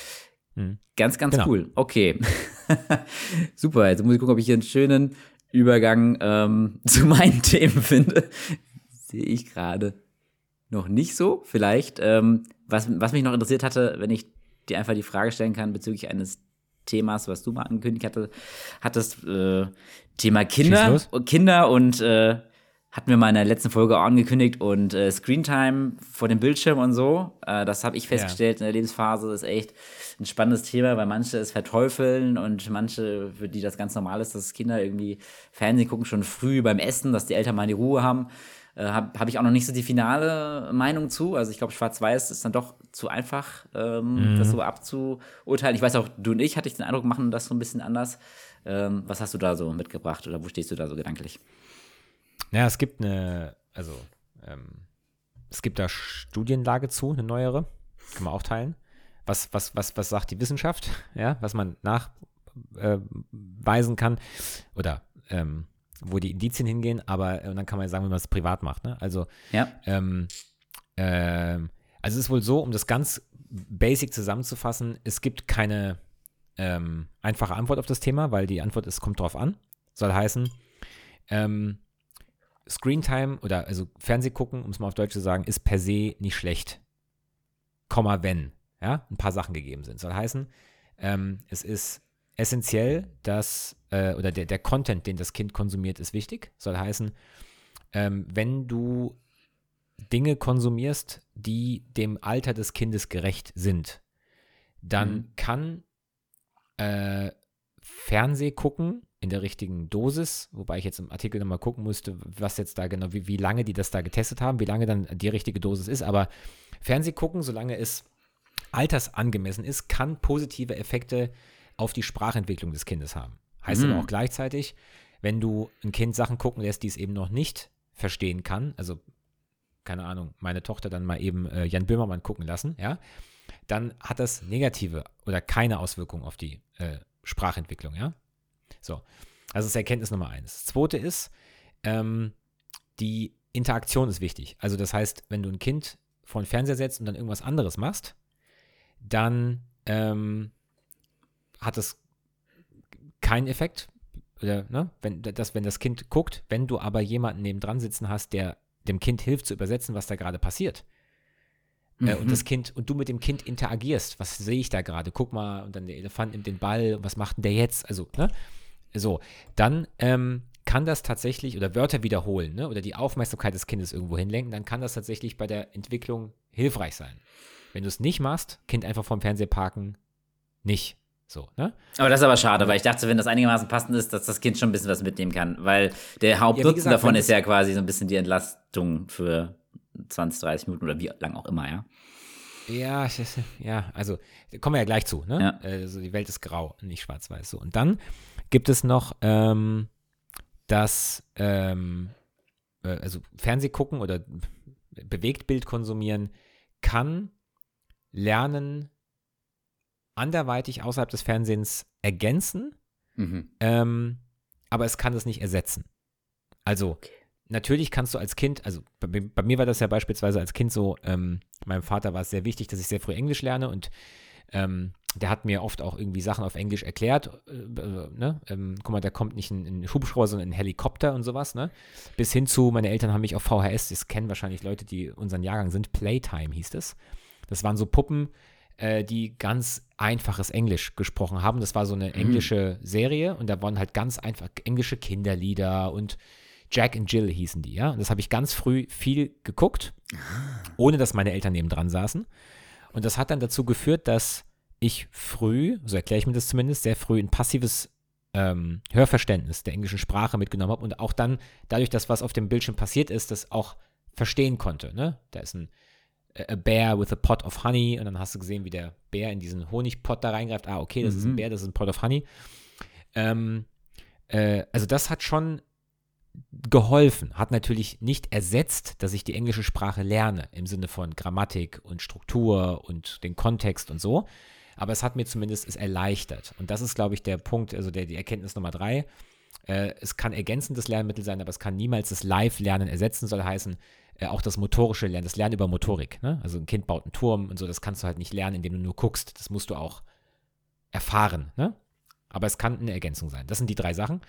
Hm.
Ganz, ganz
Genau.
cool. Okay. Super, jetzt muss ich gucken, ob ich hier einen schönen Übergang ähm, zu meinen Themen finde. Sehe ich gerade noch nicht so. Vielleicht, ähm, was, was mich noch interessiert hatte, wenn ich dir einfach die Frage stellen kann bezüglich eines Themas, was du mal angekündigt hatte, hattest, äh, Thema Kinder,
Schieß
Kinder und äh, hatten wir mal in der letzten Folge auch angekündigt und äh, Screentime vor dem Bildschirm und so. Äh, das habe ich festgestellt in der Lebensphase, ist echt ein spannendes Thema, weil manche es verteufeln und manche, für die das ganz normal ist, dass Kinder irgendwie Fernsehen gucken, schon früh beim Essen, dass die Eltern mal die Ruhe haben. Äh, habe hab ich auch noch nicht so die finale Meinung zu. Also ich glaube, Schwarz-Weiß ist dann doch zu einfach, ähm, das so abzuurteilen. Ich weiß auch, du und ich, hatte ich den Eindruck, machen das so ein bisschen anders. Ähm, was hast du da so mitgebracht oder wo stehst du da so gedanklich?
Naja, es gibt eine, also ähm, es gibt da Studienlage zu, eine neuere, kann man auch teilen. Was, was, was, was sagt die Wissenschaft, ja, was man nachweisen kann oder ähm, wo die Indizien hingehen, aber äh, dann kann man ja sagen, wie man es privat macht. Ne? Also,
Ja.
ähm, ähm, also es ist wohl so, um das ganz basic zusammenzufassen, es gibt keine ähm, einfache Antwort auf das Thema, weil die Antwort ist, kommt drauf an. Soll heißen, ähm, Screentime oder also Fernsehgucken, um es mal auf Deutsch zu sagen, ist per se nicht schlecht. Komma, wenn, ja, ein paar Sachen gegeben sind. Soll heißen, ähm, es ist essentiell, dass, äh, oder der, der Content, den das Kind konsumiert, ist wichtig. Soll heißen, ähm, wenn du Dinge konsumierst, die dem Alter des Kindes gerecht sind, dann
Mhm.
kann äh, Fernseh gucken in der richtigen Dosis, wobei ich jetzt im Artikel nochmal gucken musste, was jetzt da genau, wie, wie lange die das da getestet haben, wie lange dann die richtige Dosis ist, aber Fernseh gucken, solange es altersangemessen ist, kann positive Effekte auf die Sprachentwicklung des Kindes haben. Heißt
Mhm.
aber auch gleichzeitig, wenn du ein Kind Sachen gucken lässt, die es eben noch nicht verstehen kann, also keine Ahnung, meine Tochter dann mal eben äh, Jan Böhmermann gucken lassen, ja, dann hat das negative oder keine Auswirkung auf die äh, Sprachentwicklung, ja. So, also das ist Erkenntnis Nummer eins. Das zweite ist, ähm, die Interaktion ist wichtig. Also das heißt, wenn du ein Kind vor den Fernseher setzt und dann irgendwas anderes machst, dann ähm, hat es keinen Effekt. Oder, ne? wenn, das, wenn das Kind guckt, wenn du aber jemanden nebendran sitzen hast, der dem Kind hilft zu übersetzen, was da gerade passiert, äh, und das Kind, und du mit dem Kind interagierst. Was sehe ich da gerade? Guck mal, und dann der Elefant nimmt den Ball, was macht denn der jetzt? Also, ne? So, dann ähm, kann das tatsächlich, oder Wörter wiederholen, ne? Oder die Aufmerksamkeit des Kindes irgendwo hinlenken, dann kann das tatsächlich bei der Entwicklung hilfreich sein. Wenn du es nicht machst, Kind einfach vom Fernseher parken, nicht. So, ne?
Aber das ist aber schade, weil ich dachte, wenn das einigermaßen passend ist, dass das Kind schon ein bisschen was mitnehmen kann, weil der Hauptnutzen
Ja, wie gesagt,
davon
wenn
ist ja quasi so ein bisschen die Entlastung für zwanzig, dreißig Minuten oder wie lang auch immer, ja.
Ja, ich- ja, also kommen wir ja gleich zu, ne?
Ja.
Also die Welt ist grau, nicht schwarz-weiß. So. Und dann gibt es noch ähm, das, ähm, äh, also Fernseh gucken oder Bewegtbild konsumieren kann Lernen anderweitig außerhalb des Fernsehens ergänzen,
Mhm.
ähm, aber es kann es nicht ersetzen. Also natürlich kannst du als Kind, also bei, bei mir war das ja beispielsweise als Kind so, ähm, meinem Vater war es sehr wichtig, dass ich sehr früh Englisch lerne und ähm, der hat mir oft auch irgendwie Sachen auf Englisch erklärt. Äh, äh, ne? ähm, guck mal, da kommt nicht ein, ein Hubschrauber, sondern ein Helikopter und sowas. Ne? Bis hin zu, meine Eltern haben mich auf V H S, das kennen wahrscheinlich Leute, die unseren Jahrgang sind, Playtime hieß es. Das waren so Puppen, äh, die ganz einfaches Englisch gesprochen haben. Das war so eine englische Serie und da waren halt ganz einfach englische Kinderlieder und Jack and Jill hießen die, ja. Und das habe ich ganz früh viel geguckt, ohne dass meine Eltern nebendran saßen. Und das hat dann dazu geführt, dass ich früh, so erkläre ich mir das zumindest, sehr früh ein passives ähm, Hörverständnis der englischen Sprache mitgenommen habe und auch dann, dadurch, dass was auf dem Bildschirm passiert ist, das auch verstehen konnte. Ne? Da ist ein a bear with a pot of honey und dann hast du gesehen, wie der Bär in diesen Honigpott da reingreift. Ah, okay, das mhm. ist ein Bär, das ist ein Pot of honey. Ähm, äh, also das hat schon geholfen, hat natürlich nicht ersetzt, dass ich die englische Sprache lerne, im Sinne von Grammatik und Struktur und den Kontext und so, aber es hat mir zumindest es erleichtert. Und das ist, glaube ich, der Punkt, also der, die Erkenntnis Nummer drei. Äh, es kann ergänzendes Lernmittel sein, aber es kann niemals das Live-Lernen ersetzen, soll heißen, äh, auch das motorische Lernen, das Lernen über Motorik. Ne? Also ein Kind baut einen Turm und so, das kannst du halt nicht lernen, indem du nur guckst. Das musst du auch erfahren. Ne? Aber es kann eine Ergänzung sein. Das sind die drei Sachen.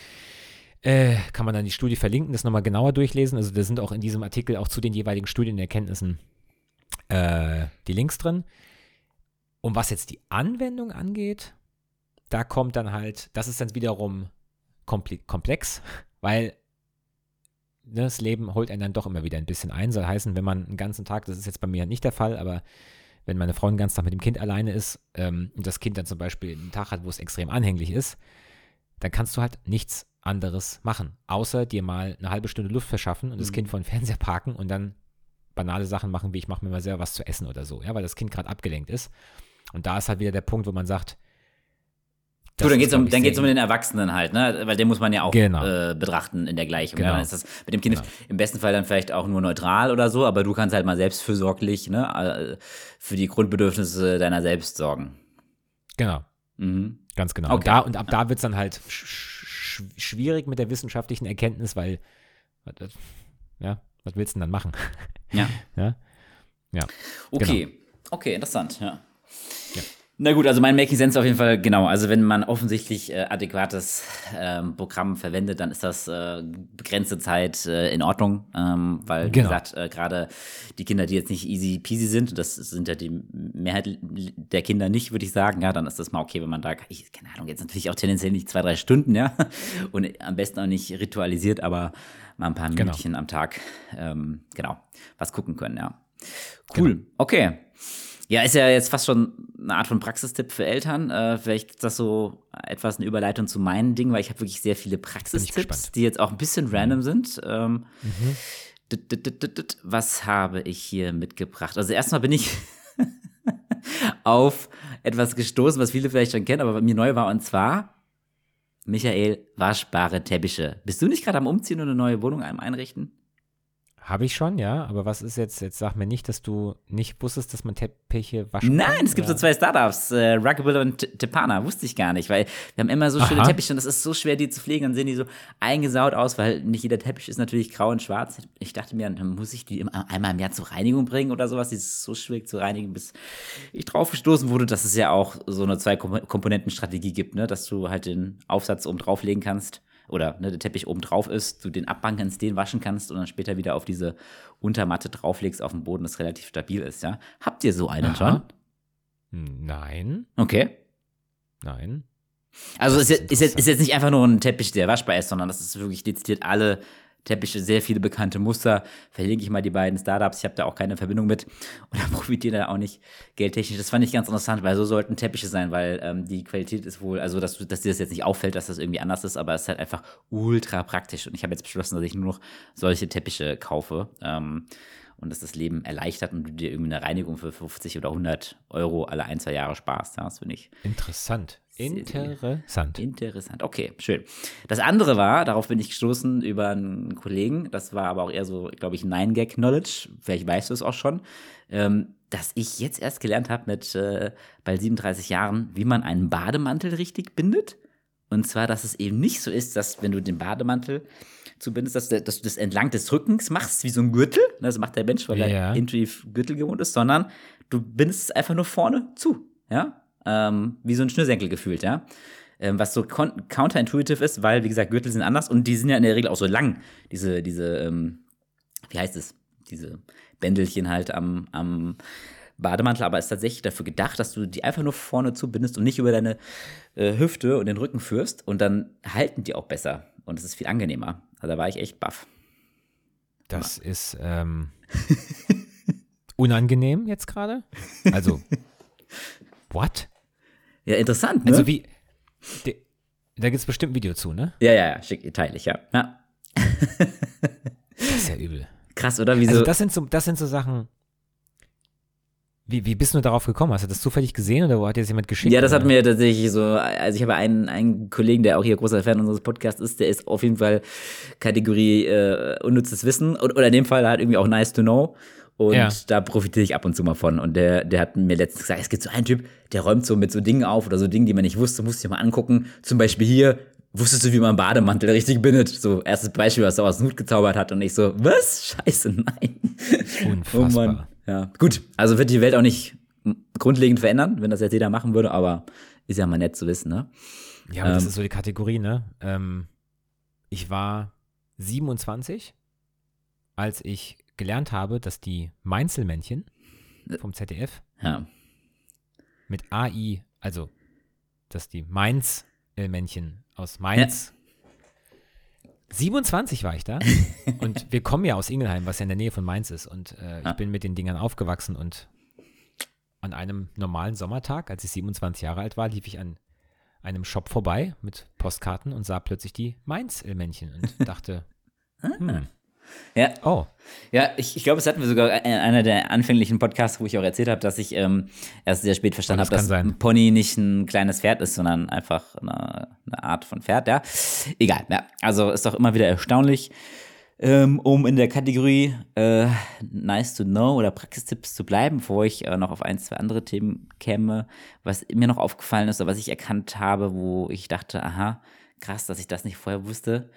Äh, kann man dann die Studie verlinken, das nochmal genauer durchlesen. Also da sind auch in diesem Artikel auch zu den jeweiligen Studienerkenntnissen äh, die Links drin. Und was jetzt die Anwendung angeht, da kommt dann halt, das ist dann wiederum komplex, weil ne, das Leben holt einen dann doch immer wieder ein bisschen ein. Soll heißen, wenn man einen ganzen Tag, das ist jetzt bei mir nicht der Fall, aber wenn meine Frau den ganzen Tag mit dem Kind alleine ist ähm, und das Kind dann zum Beispiel einen Tag hat, wo es extrem anhänglich ist, dann kannst du halt nichts anderes machen, außer dir mal eine halbe Stunde Luft verschaffen und das mhm. Kind vor den Fernseher parken und dann banale Sachen machen, wie ich mache mir mal selber was zu essen oder so, ja, weil das Kind gerade abgelenkt ist. Und da ist halt wieder der Punkt, wo man sagt,
du, dann geht es um, dann geht's um den Erwachsenen halt, ne? Weil den muss man ja auch
genau.
äh, betrachten in der Gleichung.
Genau.
Ja? Dann ist das mit dem Kind
genau.
im besten Fall dann vielleicht auch nur neutral oder so, aber du kannst halt mal selbstfürsorglich, ne, für die Grundbedürfnisse deiner selbst sorgen.
Genau.
Mhm.
Ganz genau.
Okay.
Und, da, und ab da wird es dann halt sch- sch- schwierig mit der wissenschaftlichen Erkenntnis, weil, ja, was willst du denn dann machen?
Ja.
ja? Ja.
Okay.
Genau.
Okay, interessant, ja.
Ja.
Na gut, also mein Making Sense auf jeden Fall, genau. Also wenn man offensichtlich äh, adäquates ähm, Programm verwendet, dann ist das äh, begrenzte Zeit äh, in Ordnung, ähm, weil, wie
genau.
gesagt, äh, gerade die Kinder, die jetzt nicht easy peasy sind, das sind ja die Mehrheit der Kinder nicht, würde ich sagen, ja, dann ist das mal okay, wenn man da, ich, keine Ahnung, jetzt natürlich auch tendenziell nicht zwei, drei Stunden, ja, und am besten auch nicht ritualisiert, aber mal ein paar
Genau.
Minütchen am Tag, ähm, genau, was gucken können, ja. Cool,
Genau.
Okay. Ja, ist ja jetzt fast schon eine Art von Praxistipp für Eltern. Äh, vielleicht ist das so etwas eine Überleitung zu meinen Dingen, weil ich habe wirklich sehr viele Praxistipps, die jetzt auch ein bisschen random sind. Ähm,
Mhm.
dit, dit, dit, dit, dit. Was habe ich hier mitgebracht? Also erstmal bin ich auf etwas gestoßen, was viele vielleicht schon kennen, aber bei mir neu war, und zwar, Michael, waschbare Teppiche. Bist du nicht gerade am Umziehen und eine neue Wohnung einrichten?
Habe ich schon, ja, aber was ist jetzt, jetzt sag mir nicht, dass du nicht wusstest, dass man Teppiche waschen
Nein,
kann?
es gibt
oder?
so zwei Startups, äh, Ruggable und T- Tepana, wusste ich gar nicht, weil wir haben immer so schöne
Aha.
Teppiche und das ist so schwer, die zu pflegen, dann sehen die so eingesaut aus, weil nicht jeder Teppich ist natürlich grau und schwarz. Ich dachte mir, dann muss ich die immer, einmal im Jahr zur Reinigung bringen oder sowas, die ist so schwierig zu reinigen, bis ich drauf gestoßen wurde, dass es ja auch so eine Zwei-Komponenten-Strategie gibt, ne, dass du halt den Aufsatz oben drauflegen kannst, oder ne, der Teppich oben drauf ist, du den abbauen kannst, den waschen kannst und dann später wieder auf diese Untermatte drauflegst auf den Boden, das relativ stabil ist, ja. Habt ihr so einen
Aha.
schon?
Nein,
Okay.
nein.
Also
Das
ist,
ist
jetzt, ist, jetzt, ist
interessant.
jetzt nicht einfach nur ein Teppich, der waschbar ist, sondern das ist wirklich dezidiert alle Teppiche, sehr viele bekannte Muster. Verlinke ich mal die beiden Startups. Ich habe da auch keine Verbindung mit und da profitiere da auch nicht geldtechnisch. Das fand ich ganz interessant, weil so sollten Teppiche sein, weil ähm, die Qualität ist wohl, also dass, du- dass dir das jetzt nicht auffällt, dass das irgendwie anders ist, aber es ist halt einfach ultra praktisch. Und ich habe jetzt beschlossen, dass ich nur noch solche Teppiche kaufe. Ähm, und dass das Leben erleichtert und du dir irgendwie eine Reinigung für fünfzig oder hundert Euro alle ein, zwei Jahre sparst. Ja, das finde ich
Interessant.
Sehr, sehr
Interessant.
interessant. Okay, schön. Das andere war, darauf bin ich gestoßen über einen Kollegen, das war aber auch eher so, glaube ich, Nine-Gag-Knowledge, vielleicht weißt du es auch schon, ähm, dass ich jetzt erst gelernt habe mit äh, bald siebenunddreißig Jahren, wie man einen Bademantel richtig bindet. Und zwar, dass es eben nicht so ist, dass wenn du den Bademantel zubindest, dass, du- dass du das entlang des Rückens machst, wie so ein Gürtel. Das macht der Mensch, weil
Ja.
er intuitiv Gürtel gewohnt ist, sondern du bindest es einfach nur vorne zu. Ja? Ähm, wie so ein Schnürsenkel gefühlt, ja. Ähm, was so con- counterintuitive ist, weil, wie gesagt, Gürtel sind anders und die sind ja in der Regel auch so lang. Diese, diese, ähm, wie heißt es? Diese Bändelchen halt am, am Bademantel, aber ist tatsächlich dafür gedacht, dass du die einfach nur vorne zubindest und nicht über deine äh, Hüfte und den Rücken führst und dann halten die auch besser und es ist viel angenehmer. Also da war ich echt baff.
Das ist ähm, unangenehm jetzt gerade. Also, what?
Ja, interessant, ne?
Also wie, de, da gibt es bestimmt ein Video zu, ne?
ja, ja, ja, schick, teile ich, ja. ja.
Das ist ja übel.
Krass, oder? Wieso?
Also das sind so, das sind so Sachen. Wie, wie bist du darauf gekommen? Hast du das zufällig gesehen oder wo hat dir das jemand geschickt?
Ja, das hat
oder?
mir tatsächlich so, also ich habe einen, einen Kollegen, der auch hier großer Fan unseres Podcasts ist, der ist auf jeden Fall Kategorie äh, unnützes Wissen oder, oder in dem Fall halt irgendwie auch nice to know und
Ja.
da profitiere ich ab und zu mal von und der, der hat mir letztens gesagt, es gibt so einen Typ, der räumt so mit so Dingen auf oder so Dingen, die man nicht wusste, musst du dir mal angucken, zum Beispiel hier, wusstest du, wie man einen Bademantel richtig bindet? So, erstes Beispiel, was er aus dem Hut gezaubert hat und ich so, was? Scheiße, nein.
Unfassbar.
Oh Mann. Ja, gut. Also wird die Welt auch nicht grundlegend verändern, wenn das jetzt jeder machen würde, aber ist ja mal nett zu wissen, ne?
Ja, aber das
Ähm.
ist so die Kategorie, ne? Ähm, ich war siebenundzwanzig, als ich gelernt habe, dass die Mainzelmännchen vom Z D F
Ja.
mit A I, also dass die Mainz-Männchen aus Mainz. siebenundzwanzig war ich da und wir kommen ja aus Ingelheim, was ja in der Nähe von Mainz ist und äh,
Ja.
ich bin mit den Dingern aufgewachsen und an einem normalen Sommertag, als ich siebenundzwanzig Jahre alt war, lief ich an einem Shop vorbei mit Postkarten und sah plötzlich die Mainz-Männchen und dachte, hm,
Ja,
oh,
ja, ich, ich glaube, es hatten wir sogar in einer der anfänglichen Podcasts, wo ich auch erzählt habe, dass ich ähm, erst sehr spät verstanden
Das
habe,
kann
dass
sein.
ein Pony nicht ein kleines Pferd ist, sondern einfach eine, eine Art von Pferd, ja. Egal, ja. Also ist doch immer wieder erstaunlich, ähm, um in der Kategorie äh, nice to know oder Praxistipps zu bleiben, bevor ich äh, noch auf ein, zwei andere Themen käme, was mir noch aufgefallen ist oder was ich erkannt habe, wo ich dachte, aha, krass, dass ich das nicht vorher wusste.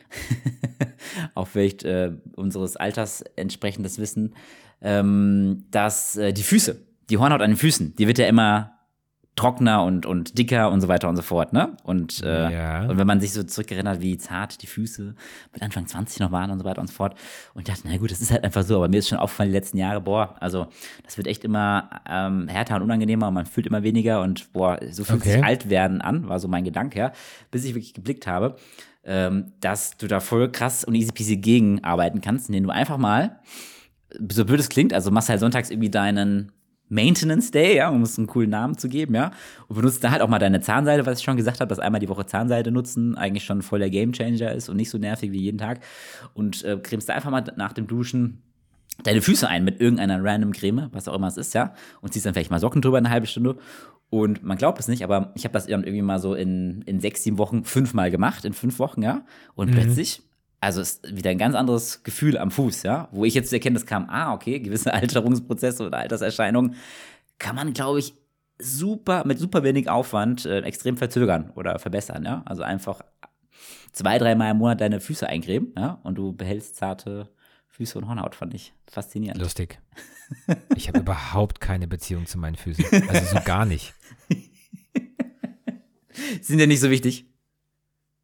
Auch vielleicht äh, unseres Alters entsprechendes Wissen, ähm, dass äh, die Füße, die Hornhaut an den Füßen, die wird ja immer trockener und, und dicker und so weiter und so fort, ne? Und, äh,
Ja.
und wenn man sich so zurückerinnert, wie zart die Füße mit Anfang zwanzig noch waren und so weiter und so fort. Und ich dachte, na gut, das ist halt einfach so, aber mir ist schon aufgefallen die letzten Jahre, boah, also das wird echt immer ähm, härter und unangenehmer und man fühlt immer weniger und boah, so fühlt
Okay.
sich alt werden an, war so mein Gedanke, ja, bis ich wirklich geblickt habe, ähm, dass du da voll krass und easy peasy gegenarbeiten kannst, indem du einfach mal, so blöd es klingt, also machst halt sonntags irgendwie deinen Maintenance Day, ja, um es einen coolen Namen zu geben, ja, und benutzt da halt auch mal deine Zahnseide, was ich schon gesagt habe, dass einmal die Woche Zahnseide nutzen eigentlich schon voll der Gamechanger ist und nicht so nervig wie jeden Tag und äh, cremst da einfach mal nach dem Duschen deine Füße ein mit irgendeiner random Creme, was auch immer es ist, ja, und ziehst dann vielleicht mal Socken drüber eine halbe Stunde und man glaubt es nicht, aber ich habe das dann irgendwie mal so in, in sechs, sieben Wochen fünfmal gemacht, in fünf Wochen, ja, und
Mhm.
plötzlich, also ist wieder ein ganz anderes Gefühl am Fuß, ja, wo ich jetzt zur Erkenntnis kam, ah, okay, gewisse Alterungsprozesse oder Alterserscheinungen kann man, glaube ich, super, mit super wenig Aufwand äh, extrem verzögern oder verbessern, ja, also einfach zwei, dreimal im Monat deine Füße eincremen, ja, und du behältst zarte Füße und Hornhaut, fand ich faszinierend.
lustig. Ich habe überhaupt keine Beziehung zu meinen Füßen. Also so gar nicht.
Sind ja nicht so wichtig.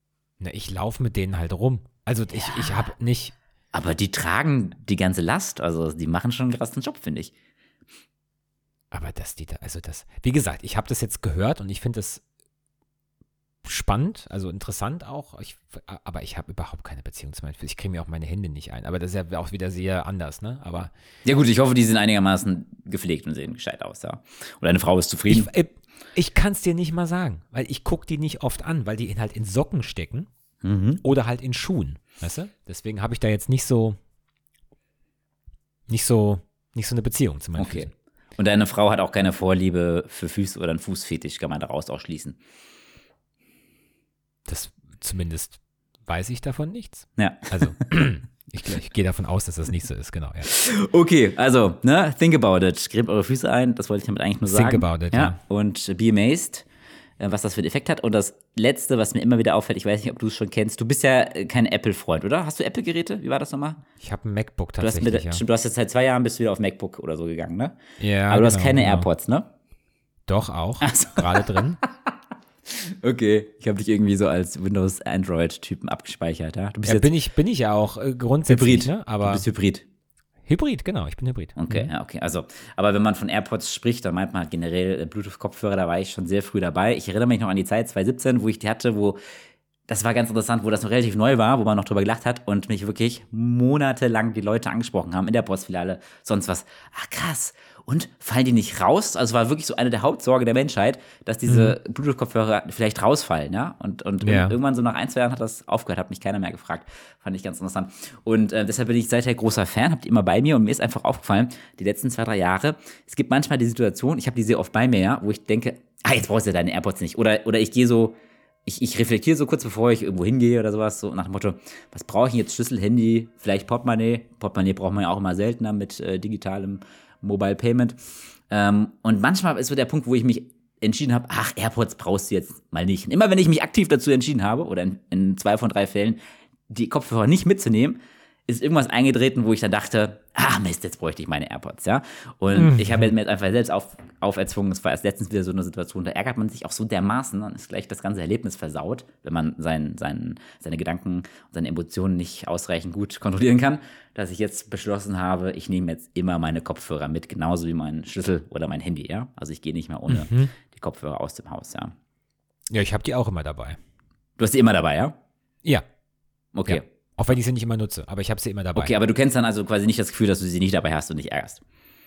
Na, ich laufe mit denen halt rum. Also ich, ja. ich habe nicht.
Aber die tragen die ganze Last, also die machen schon einen krassen Job, finde ich.
Aber dass die da, also das, wie gesagt, ich habe das jetzt gehört und ich finde das spannend, also interessant auch, ich, aber ich habe überhaupt keine Beziehung zu meinen Füßen. Ich kriege mir auch meine Hände nicht ein, aber das ist ja auch wieder sehr anders, ne? Aber
ja gut, ich hoffe, die sind einigermaßen gepflegt und sehen gescheit aus, ja. Und deine Frau ist zufrieden.
Ich, ich kann es dir nicht mal sagen, weil ich gucke die nicht oft an, weil die halt in Socken stecken mhm. oder halt in Schuhen, weißt du? Deswegen habe ich da jetzt nicht so, nicht so, nicht so eine Beziehung zu meinen
okay.
Füßen.
Und deine Frau hat auch keine Vorliebe für Füße oder einen Fußfetisch, kann man daraus auch schließen.
Das zumindest weiß ich davon nichts.
Ja.
Also, ich, ich gehe davon aus, dass das nicht so ist, genau. Ja.
Okay, also, ne, think about it. Gräbt eure Füße ein, das wollte ich damit eigentlich nur sagen.
Think about it,
ja.
ja.
Und be amazed, was das für einen Effekt hat. Und das Letzte, was mir immer wieder auffällt, ich weiß nicht, ob du es schon kennst, du bist ja kein Apple-Freund, oder? Hast du Apple-Geräte? Wie war das nochmal?
Ich habe ein MacBook
Du hast,
tatsächlich,
mit,
ja.
stimmt, du hast jetzt seit zwei Jahren bist du wieder auf MacBook oder so gegangen, ne?
Ja,
Aber du
genau,
hast keine
genau.
AirPods, ne?
Doch, auch.
Ach so.
Gerade drin.
Okay, ich habe dich irgendwie so als Windows-Android-Typen abgespeichert, ja? Du bist
Ja,
jetzt
bin ich, bin ich ja auch äh, grundsätzlich,
Hybrid.
ne? Aber
du bist Hybrid.
Hybrid, genau, ich bin Hybrid.
Okay,
Mhm.
ja, okay. Also, aber wenn man von AirPods spricht, dann meint man halt generell äh, Bluetooth-Kopfhörer, da war ich schon sehr früh dabei. Ich erinnere mich noch an die Zeit zwanzig siebzehn, wo ich die hatte, wo das war ganz interessant, wo das noch relativ neu war, wo man noch drüber gelacht hat und mich wirklich monatelang die Leute angesprochen haben in der Postfiliale, sonst was. Ach krass. Und fallen die nicht raus? Also es war wirklich so eine der Hauptsorge der Menschheit, dass diese mhm. Bluetooth-Kopfhörer vielleicht rausfallen, ja? Und, und
ja.
irgendwann so nach ein, zwei Jahren hat das aufgehört, hat mich keiner mehr gefragt. Fand ich ganz interessant. Und äh, deshalb bin ich seither großer Fan, habt ihr immer bei mir und mir ist einfach aufgefallen, die letzten zwei, drei Jahre, es gibt manchmal die Situation, ich habe die sehr oft bei mir, ja, wo ich denke, ah, jetzt brauchst du deine AirPods nicht. Oder, oder ich gehe so, Ich, ich reflektiere so kurz, bevor ich irgendwo hingehe oder sowas, so nach dem Motto, was brauche ich jetzt? Schlüssel, Handy, vielleicht Portemonnaie. Portemonnaie braucht man ja auch immer seltener mit äh, digitalem Mobile Payment. Ähm, und manchmal ist so der Punkt, wo ich mich entschieden habe, ach, AirPods brauchst du jetzt mal nicht. Und immer wenn ich mich aktiv dazu entschieden habe, oder in, in zwei von drei Fällen, die Kopfhörer nicht mitzunehmen, ist irgendwas eingetreten, wo ich dann dachte, ah Mist, jetzt bräuchte ich meine AirPods, ja. Und mhm. ich habe mir jetzt einfach selbst auf, auferzwungen, es war erst letztens wieder so eine Situation, da ärgert man sich auch so dermaßen, dann ist gleich das ganze Erlebnis versaut, wenn man sein, sein, seine Gedanken und seine Emotionen nicht ausreichend gut kontrollieren kann, dass ich jetzt beschlossen habe, ich nehme jetzt immer meine Kopfhörer mit, genauso wie meinen Schlüssel oder mein Handy, ja. Also ich gehe nicht mehr ohne mhm. die Kopfhörer aus dem Haus, ja.
Ja, ich habe die auch immer dabei.
Du hast die immer dabei, ja?
Ja.
Okay.
Ja. Auch wenn ich sie nicht immer nutze, aber ich habe sie immer dabei.
Okay, aber du kennst dann also quasi nicht das Gefühl, dass du sie nicht dabei hast und dich ärgerst.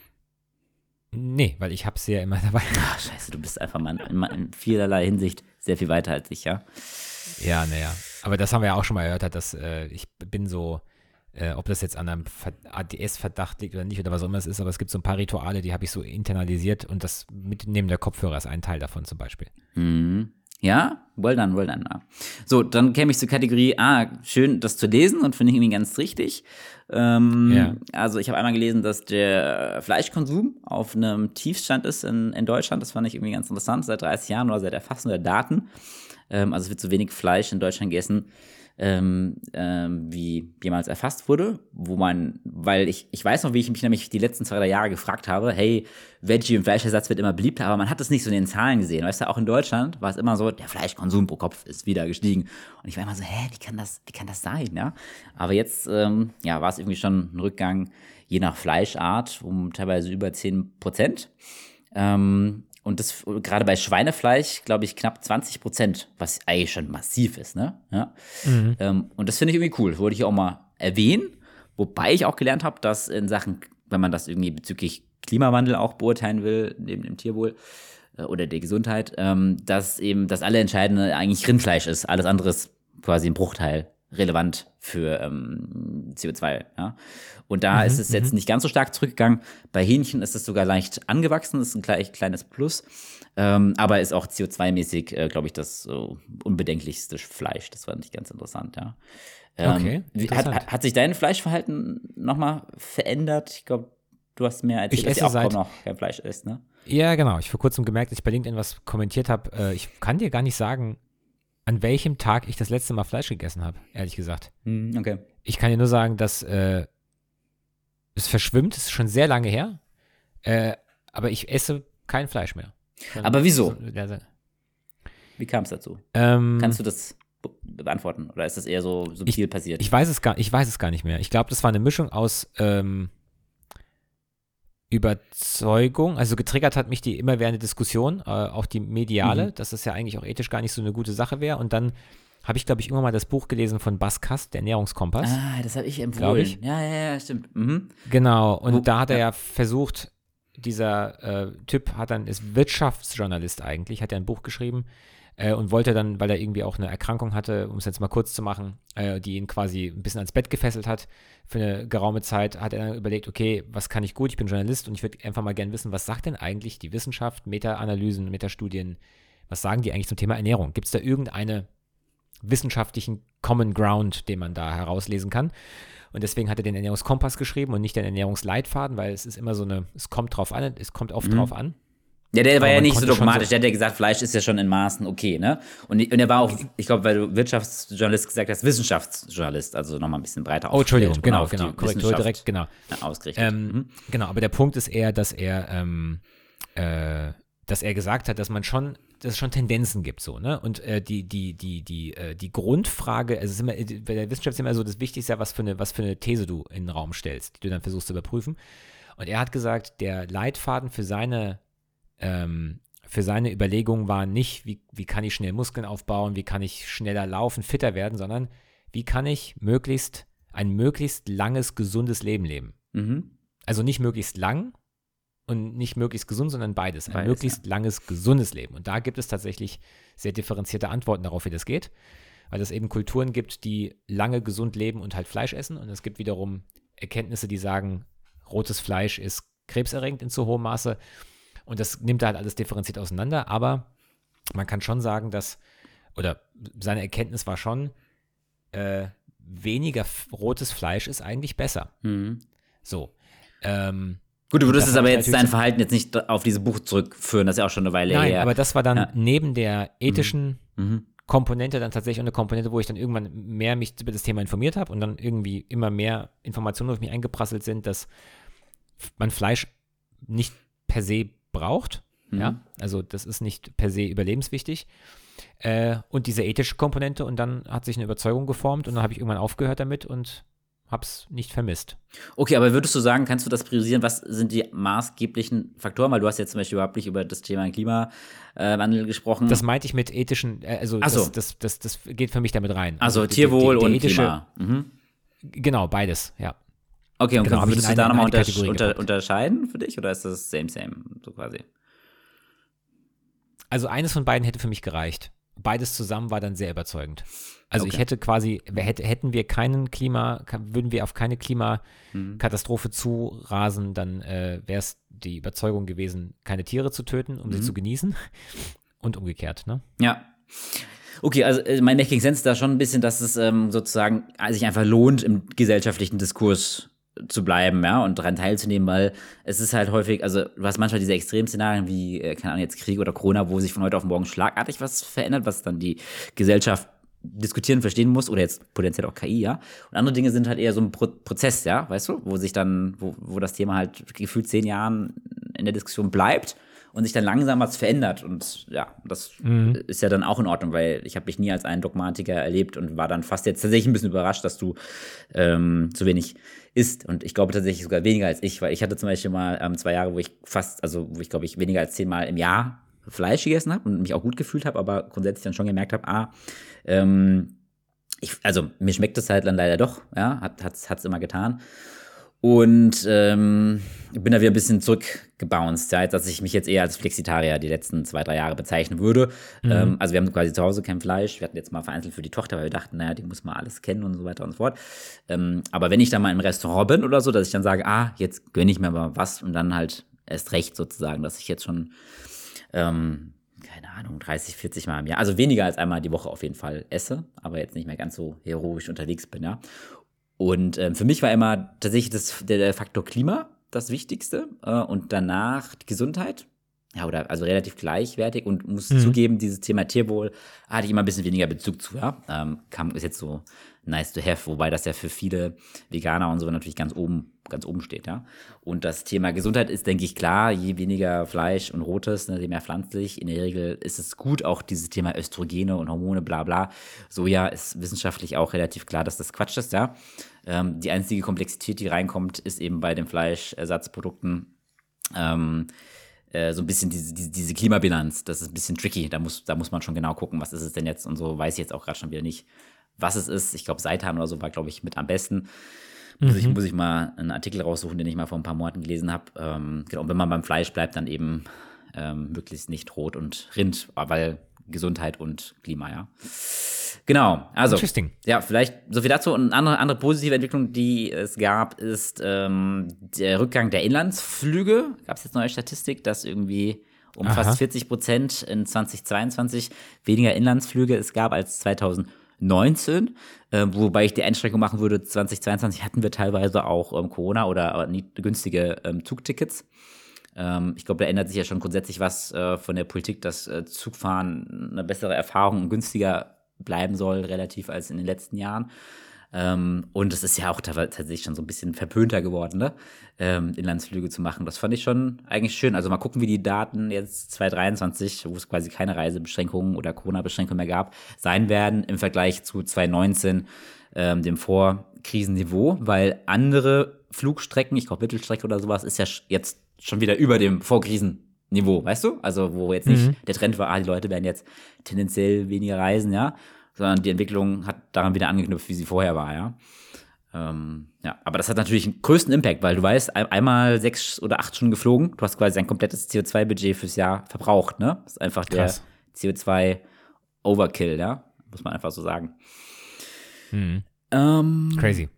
Nee, weil ich habe sie ja immer dabei.
Ach, scheiße, du bist einfach mal in, in vielerlei Hinsicht sehr viel weiter als ich, ja?
Ja, naja. Aber das haben wir ja auch schon mal gehört, dass äh, ich bin so, äh, ob das jetzt an einem A D S-Verdacht liegt oder nicht oder was auch immer es ist, aber es gibt so ein paar Rituale, die habe ich so internalisiert und das Mitnehmen der Kopfhörer ist ein Teil davon zum Beispiel.
Mhm. Ja, well done, well done. Ja. So, dann käme ich zur Kategorie, ah, schön, das zu lesen und finde ich irgendwie ganz richtig. Ähm,
ja.
Also ich habe einmal gelesen, dass der Fleischkonsum auf einem Tiefstand ist in, in Deutschland. Das fand ich irgendwie ganz interessant, seit dreißig Jahren oder seit Erfassung der Daten. Ähm, also es wird so wenig Fleisch in Deutschland gegessen, ähm, ähm, wie jemals erfasst wurde, wo man, weil ich, ich weiß noch, wie ich mich nämlich die letzten zwei, drei Jahre gefragt habe, hey, Veggie- und Fleischersatz wird immer beliebter, aber man hat es nicht so in den Zahlen gesehen, weißt du, auch in Deutschland war es immer so, der Fleischkonsum pro Kopf ist wieder gestiegen und ich war immer so, hä, wie kann das, wie kann das sein, ja, aber jetzt, ähm, ja, war es irgendwie schon ein Rückgang, je nach Fleischart, um teilweise über zehn Prozent, ähm, und das gerade bei Schweinefleisch, glaube ich, knapp zwanzig Prozent, was eigentlich schon massiv ist, ne? Ja. Mhm. Ähm, und das finde ich irgendwie cool. Das wollte ich auch mal erwähnen. Wobei ich auch gelernt habe, dass in Sachen, wenn man das irgendwie bezüglich Klimawandel auch beurteilen will, neben dem Tierwohl äh, oder der Gesundheit, ähm, dass eben das Allerentscheidende eigentlich Rindfleisch ist. Alles andere ist quasi ein Bruchteil relevant für ähm, C O zwei. Ja? Und da mhm, ist es jetzt nicht ganz so stark zurückgegangen. Bei Hähnchen ist es sogar leicht angewachsen, das ist ein gleich, kleines Plus. Ähm, aber ist auch C O zwei mäßig, äh, glaube ich, das so unbedenklichste Fleisch. Das fand ich ganz interessant, ja. Ähm,
okay,
wie, hat, hat sich dein Fleischverhalten nochmal verändert? Ich glaube, du hast mir erzählt,
ich
dass
esse
ihr auch
seit,
kaum noch kein Fleisch isst, ne?
Ja, genau. Ich habe vor kurzem gemerkt, dass ich bei LinkedIn was kommentiert habe. Äh, ich kann dir gar nicht sagen, an welchem Tag ich das letzte Mal Fleisch gegessen habe, ehrlich gesagt.
Hm, okay.
Ich kann dir nur sagen, dass äh, es verschwimmt, es ist schon sehr lange her, äh, aber ich esse kein Fleisch mehr. Schon
aber wieso?
So, also,
Wie kam es dazu?
Ähm,
Kannst du das be- beantworten? Oder ist das eher so subtil
ich,
passiert?
Ich weiß es gar, ich weiß es gar nicht mehr. Ich glaube, das war eine Mischung aus ähm, Überzeugung, also getriggert hat mich die immerwährende Diskussion, äh, auch die mediale,
Mhm.
dass das ja eigentlich auch ethisch gar nicht so eine gute Sache wäre. Und dann habe ich, glaube ich, irgendwann mal das Buch gelesen von Bas Kast, der Ernährungskompass.
Ah, das habe ich
Glaub
empfohlen.
ich.
Ja, ja, ja, stimmt. Mhm.
Genau, und
Wo-
da hat er
ja.
ja versucht, dieser äh, Typ hat dann, ist Wirtschaftsjournalist eigentlich, hat er ein Buch geschrieben äh, und wollte dann, weil er irgendwie auch eine Erkrankung hatte, um es jetzt mal kurz zu machen, äh, die ihn quasi ein bisschen ans Bett gefesselt hat für eine geraume Zeit, hat er dann überlegt, okay, was kann ich gut, ich bin Journalist und ich würde einfach mal gerne wissen, was sagt denn eigentlich die Wissenschaft, Meta-Analysen, Metastudien, was sagen die eigentlich zum Thema Ernährung? Gibt es da irgendeine wissenschaftlichen Common Ground, den man da herauslesen kann? Und deswegen hat er den Ernährungskompass geschrieben und nicht den Ernährungsleitfaden, weil es ist immer so eine, es kommt drauf an, es kommt oft
Mhm.
drauf an.
Ja, der war
Aber
ja
man
nicht so
konnte schon
dogmatisch.
so-
Der hat ja gesagt, Fleisch ist ja schon in Maßen okay, ne? Und, und er war auch, ich glaube, weil du Wirtschaftsjournalist gesagt hast, Wissenschaftsjournalist, also nochmal ein bisschen breiter
Oh, Entschuldigung,
aufgestellt und
genau,
auf die
genau, Korrektur
Wissenschaft,
direkt, genau.
ja, ausgerichtet.
Ähm,
Mhm.
Genau, aber der Punkt ist eher, dass er, ähm, äh, dass er gesagt hat, dass man schon, dass es schon Tendenzen gibt, so, ne? Und äh, die, die, die, die, äh, die Grundfrage, also es ist immer, bei der Wissenschaft ist immer so, das Wichtigste ja, was für eine, was für eine These du in den Raum stellst, die du dann versuchst zu überprüfen. Und er hat gesagt, der Leitfaden für seine, ähm, für seine Überlegungen war nicht, wie, wie kann ich schnell Muskeln aufbauen, wie kann ich schneller laufen, fitter werden, sondern wie kann ich möglichst ein möglichst langes, gesundes Leben leben.
Mhm.
Also nicht möglichst lang und nicht möglichst gesund, sondern beides. Ein
Beides,
möglichst langes, gesundes Leben. Und da gibt es tatsächlich sehr differenzierte Antworten darauf, wie das geht. Weil es eben Kulturen gibt, die lange gesund leben und halt Fleisch essen. Und es gibt wiederum Erkenntnisse, die sagen, rotes Fleisch ist krebserregend in zu hohem Maße. Und das nimmt halt alles differenziert auseinander. Aber man kann schon sagen, dass, oder seine Erkenntnis war schon, äh, weniger f- rotes Fleisch ist eigentlich besser.
Mhm.
So. Ähm,
Gut, du
Und
würdest
das
es aber
hab ich
jetzt
natürlich
dein
so-
Verhalten jetzt nicht auf dieses Buch zurückführen, das ist ja auch schon eine Weile
Nein,
her.
aber das war dann
Ja.
neben der ethischen
Mhm.
Komponente dann tatsächlich auch eine Komponente, wo ich dann irgendwann mehr mich über das Thema informiert habe und dann irgendwie immer mehr Informationen auf mich eingeprasselt sind, dass man Fleisch nicht per se braucht.
Mhm.
Ja, also das ist nicht per se überlebenswichtig. Äh, und diese ethische Komponente und dann hat sich eine Überzeugung geformt und dann habe ich irgendwann aufgehört damit und habe es nicht vermisst.
Okay, aber würdest du sagen, kannst du das priorisieren? Was sind die maßgeblichen Faktoren? Weil du hast jetzt zum Beispiel überhaupt nicht über das Thema Klimawandel gesprochen.
Das meinte ich mit ethischen, äh, also
Ach so.
das, das, das, das geht für mich damit rein.
also
die-
Tierwohl
die- die
und
ethische-
Klima. Mhm.
Genau, beides, ja.
Okay, und
Genau, hab ich
würdest
in
du da
eine-
nochmal
in eine
unter,
Kategorie
unter,
gepackt.
unterscheiden für dich? Oder ist das same, same, so quasi?
Also eines von beiden hätte für mich gereicht. Beides zusammen war dann sehr überzeugend. Also ich
Okay.
hätte quasi, wer hätte, hätten wir keinen Klima, ka- würden wir auf keine Klimakatastrophe zurasen, dann äh, wäre es die Überzeugung gewesen, keine Tiere zu töten, um sie
Mhm.
zu genießen. Und umgekehrt, ne?
Ja. Okay, also äh, mein Making Sense ist da schon ein bisschen, dass es ähm, sozusagen äh, sich einfach lohnt, im gesellschaftlichen Diskurs zu bleiben, ja, und daran teilzunehmen, weil es ist halt häufig, also du hast manchmal diese Extremszenarien wie, äh, keine Ahnung, jetzt Krieg oder Corona, wo sich von heute auf morgen schlagartig was verändert, was dann die Gesellschaft diskutieren, verstehen muss, oder jetzt potenziell auch K I, ja. Und andere Dinge sind halt eher so ein Pro- Prozess, ja, weißt du, wo sich dann, wo, wo das Thema halt gefühlt zehn Jahren in der Diskussion bleibt und sich dann langsam was verändert. Und ja, das ist ja dann auch in Ordnung, weil ich habe dich nie als einen Dogmatiker erlebt und war dann fast jetzt tatsächlich ein bisschen überrascht, dass du ähm, so wenig isst. Und ich glaube tatsächlich sogar weniger als ich, weil ich hatte zum Beispiel mal ähm, zwei Jahre, wo ich fast, also wo ich glaube ich weniger als zehnmal im Jahr Fleisch gegessen habe und mich auch gut gefühlt habe, aber grundsätzlich dann schon gemerkt habe, ah, ähm, ich, also mir schmeckt es halt dann leider doch, ja, hat hat's, hat's immer getan. Und ähm, bin da wieder ein bisschen zurückgebounced, ja, dass ich mich jetzt eher als Flexitarier die letzten zwei, drei Jahre bezeichnen würde.
Mhm.
Ähm, also wir haben quasi zu Hause kein Fleisch. Wir hatten jetzt mal vereinzelt für die Tochter, weil wir dachten, naja, die muss man alles kennen und so weiter und so fort. Ähm, aber wenn ich dann mal im Restaurant bin oder so, dass ich dann sage, ah, jetzt gönne ich mir mal was und dann halt erst recht sozusagen, dass ich jetzt schon ähm, keine Ahnung, dreißig, vierzig Mal im Jahr, also weniger als einmal die Woche auf jeden Fall esse, aber jetzt nicht mehr ganz so heroisch unterwegs bin, ja. Und ähm, für mich war immer tatsächlich das, der, der Faktor Klima das Wichtigste äh, und danach die Gesundheit. ja, oder also relativ gleichwertig und muss
Mhm.
zugeben, dieses Thema Tierwohl hatte ich immer ein bisschen weniger Bezug zu, ja. Ähm, kam, ist jetzt so nice to have, wobei das ja für viele Veganer und so natürlich ganz oben, ganz oben steht, ja. Und das Thema Gesundheit ist, denke ich, klar, je weniger Fleisch und Rotes, ne, je mehr pflanzlich. In der Regel ist es gut, auch dieses Thema Östrogene und Hormone, bla bla. Soja ist wissenschaftlich auch relativ klar, dass das Quatsch ist, ja. Ähm, die einzige Komplexität, die reinkommt, ist eben bei den Fleischersatzprodukten, ähm, äh, so ein bisschen diese, diese, diese Klimabilanz. Das ist ein bisschen tricky. Da muss, da muss man schon genau gucken, was ist es denn jetzt und so. Weiß ich jetzt auch gerade schon wieder nicht, was es ist. Ich glaube, Seitan oder so war, glaube ich, mit am besten. Muss, ich, muss ich mal einen Artikel raussuchen, den ich mal vor ein paar Monaten gelesen habe. Ähm, genau, und wenn man beim Fleisch bleibt, dann eben ähm, möglichst nicht Rot und Rind, weil Gesundheit und Klima, ja. Genau, also,
Interesting.
ja, vielleicht so viel dazu. Und eine andere, andere positive Entwicklung, die es gab, ist ähm, der Rückgang der Inlandsflüge. Gab es jetzt neue Statistik, dass irgendwie um
Aha.
fast vierzig Prozent in zweitausendzweiundzwanzig weniger Inlandsflüge es gab als zweitausendneunzehn. Äh, wobei ich die Einschränkung machen würde, zweitausendzweiundzwanzig hatten wir teilweise auch ähm, Corona oder äh, nie, günstige ähm, Zugtickets. Ähm, ich glaube, da ändert sich ja schon grundsätzlich was äh, von der Politik, dass äh, Zugfahren eine bessere Erfahrung und günstiger bleiben soll, relativ als in den letzten Jahren. Ähm, und es ist ja auch tatsächlich schon so ein bisschen verpönter geworden, ne? ähm, Inlandsflüge zu machen. Das fand ich schon eigentlich schön. Also mal gucken, wie die Daten jetzt zweitausenddreiundzwanzig, wo es quasi keine Reisebeschränkungen oder Corona-Beschränkungen mehr gab, sein werden im Vergleich zu zweitausendneunzehn, ähm, dem Vorkrisenniveau, weil andere Flugstrecken, ich glaube Mittelstrecke oder sowas, ist ja jetzt schon wieder über dem Vorkrisenniveau, weißt du? Also wo jetzt nicht
Mhm.
der Trend war, ah, die Leute werden jetzt tendenziell weniger reisen, ja, sondern die Entwicklung hat daran wieder angeknüpft, wie sie vorher war, ja. Ähm, ja, aber das hat natürlich den größten Impact, weil du weißt, ein, einmal sechs oder acht Stunden geflogen, du hast quasi dein komplettes C O zwei Budget fürs Jahr verbraucht, ne? Das ist einfach
Krass.
der C O zwei Overkill, ja, muss man einfach so sagen.
Mhm.
Ähm,
Crazy.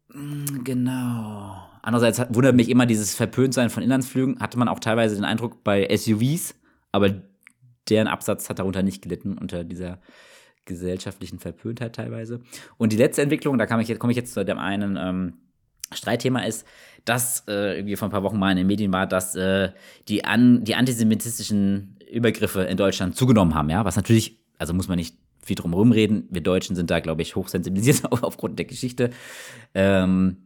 Genau. Andererseits hat, wundert mich immer dieses Verpöntsein von Inlandsflügen. Hatte man auch teilweise den Eindruck bei S U Vs, aber deren Absatz hat darunter nicht gelitten, unter dieser gesellschaftlichen Verpöntheit teilweise. Und die letzte Entwicklung, da komme ich, komm ich jetzt zu dem einen ähm, Streitthema ist, dass äh, irgendwie vor ein paar Wochen mal in den Medien war, dass äh, die, an, die antisemitistischen Übergriffe in Deutschland zugenommen haben, ja, was natürlich, also muss man nicht viel drum herum reden, wir Deutschen sind da, glaube ich, hochsensibilisiert auf, aufgrund der Geschichte. Ähm,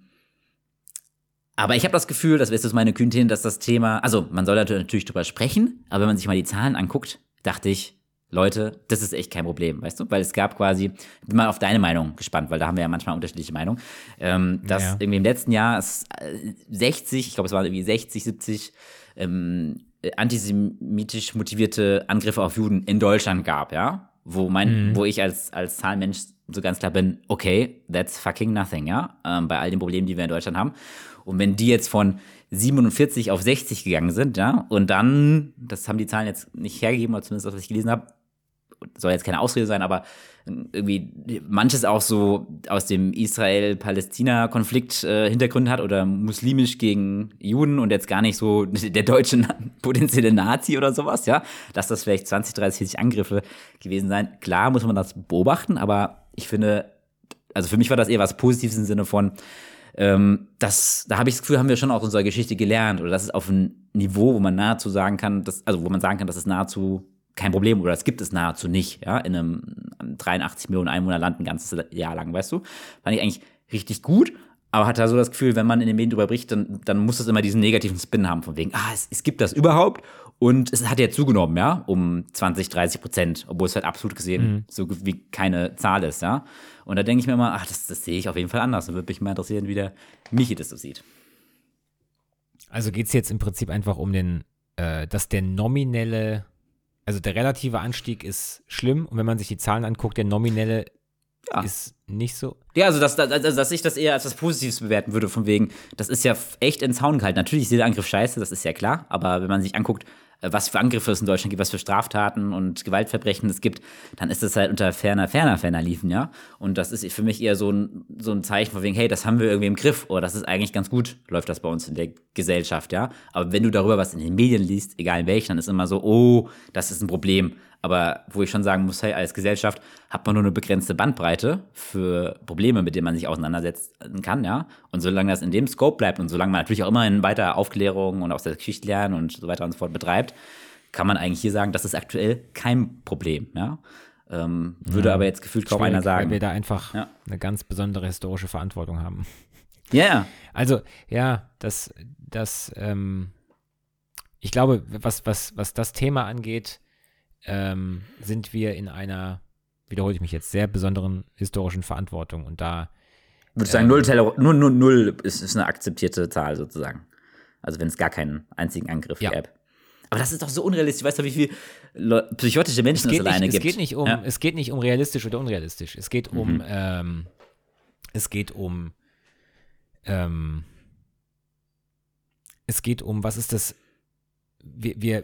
aber ich habe das Gefühl, das wäre jetzt meine Kühnthese, dass das Thema, also man soll natürlich drüber sprechen, aber wenn man sich mal die Zahlen anguckt, dachte ich, Leute, das ist echt kein Problem, weißt du? Weil es gab quasi, bin mal auf deine Meinung gespannt, weil da haben wir ja manchmal unterschiedliche Meinungen, ähm, dass
Ja.
irgendwie im letzten Jahr es äh, sechzig, ich glaube es waren irgendwie sechzig, siebzig ähm, antisemitisch motivierte Angriffe auf Juden in Deutschland gab, ja? Wo mein,
Mhm.
wo ich als, als Zahlenmensch so ganz klar bin, okay, that's fucking nothing, ja? Ähm, bei all den Problemen, die wir in Deutschland haben. Und wenn die jetzt von siebenundvierzig auf sechzig gegangen sind, ja, und dann, das haben die Zahlen jetzt nicht hergegeben, oder zumindest, was ich gelesen habe, soll jetzt keine Ausrede sein, aber irgendwie manches auch so aus dem Israel-Palästina-Konflikt äh, Hintergründe hat oder muslimisch gegen Juden und jetzt gar nicht so der deutsche potenzielle Nazi oder sowas, ja, dass das vielleicht zwanzig, dreißig, vierzig Angriffe gewesen sein. Klar muss man das beobachten, aber ich finde, also für mich war das eher was Positives im Sinne von, ähm, das, da habe ich das Gefühl, haben wir schon aus unserer Geschichte gelernt oder das ist auf einem Niveau, wo man nahezu sagen kann, dass, also wo man sagen kann, das ist nahezu kein Problem oder das gibt es nahezu nicht, ja, in einem dreiundachtzig Millionen Einwohnerland ein ganzes Jahr lang, weißt du? Fand ich eigentlich richtig gut, aber hatte da so das Gefühl, wenn man in den Medien drüber berichtet, dann, dann muss das immer diesen negativen Spin haben, von wegen, ah, es, es gibt das überhaupt und es hat ja zugenommen, ja, um zwanzig, dreißig Prozent, obwohl es halt absolut gesehen
Mhm.
so gut wie keine Zahl ist, ja. Und da denke ich mir immer, ach, das, das sehe ich auf jeden Fall anders und würde mich mal interessieren, wie der Michi das so sieht.
Also geht es jetzt im Prinzip einfach um den, äh, dass der nominelle, also der relative Anstieg ist schlimm und wenn man sich die Zahlen anguckt, der nominelle
Ja.
ist nicht so.
Ja, also dass, dass, also, dass ich das eher als was Positives bewerten würde, von wegen, das ist ja echt ins Zaun gehalten. Natürlich ist jeder Angriff scheiße, das ist ja klar, aber wenn man sich anguckt, äh, was für Angriffe es in Deutschland gibt, was für Straftaten und Gewaltverbrechen es gibt, dann ist das halt unter ferner, ferner, ferner liefen, ja. Und das ist für mich eher so ein, so ein Zeichen von wegen, hey, das haben wir irgendwie im Griff oder das ist eigentlich ganz gut, läuft das bei uns in der Gesellschaft, ja. Aber wenn du darüber was in den Medien liest, egal in welchen, dann ist immer so, oh, das ist ein Problem. Aber wo ich schon sagen muss, hey, als Gesellschaft hat man nur eine begrenzte Bandbreite für Probleme, mit denen man sich auseinandersetzen kann, ja. Und solange das in dem Scope bleibt und solange man natürlich auch immerhin weiter Aufklärung und aus der Geschichte lernen und so weiter und so fort betreibt, kann man eigentlich hier sagen, das ist aktuell kein Problem, ja. Ähm, würde ja, aber jetzt gefühlt kaum einer sagen.
Weil wir da einfach ja. eine ganz besondere historische Verantwortung haben.
Ja, yeah.
Also, ja, das, das, ähm, ich glaube, was, was, was das Thema angeht, ähm, sind wir in einer, wiederhole ich mich jetzt, sehr besonderen historischen Verantwortung. Und da
würde ich sagen, ähm, null, Teller, nur, nur null ist, ist eine akzeptierte Zahl sozusagen. Also wenn es gar keinen einzigen Angriff
ja.
gäbe. Aber das ist doch so unrealistisch. Weißt du, wie viele Le- psychotische Menschen es, es alleine
nicht,
gibt?
Es geht, nicht um, ja. es geht nicht um realistisch oder unrealistisch. Es geht um,
Mhm.
ähm, es geht um, ähm, es geht um, was ist das, wir, wir,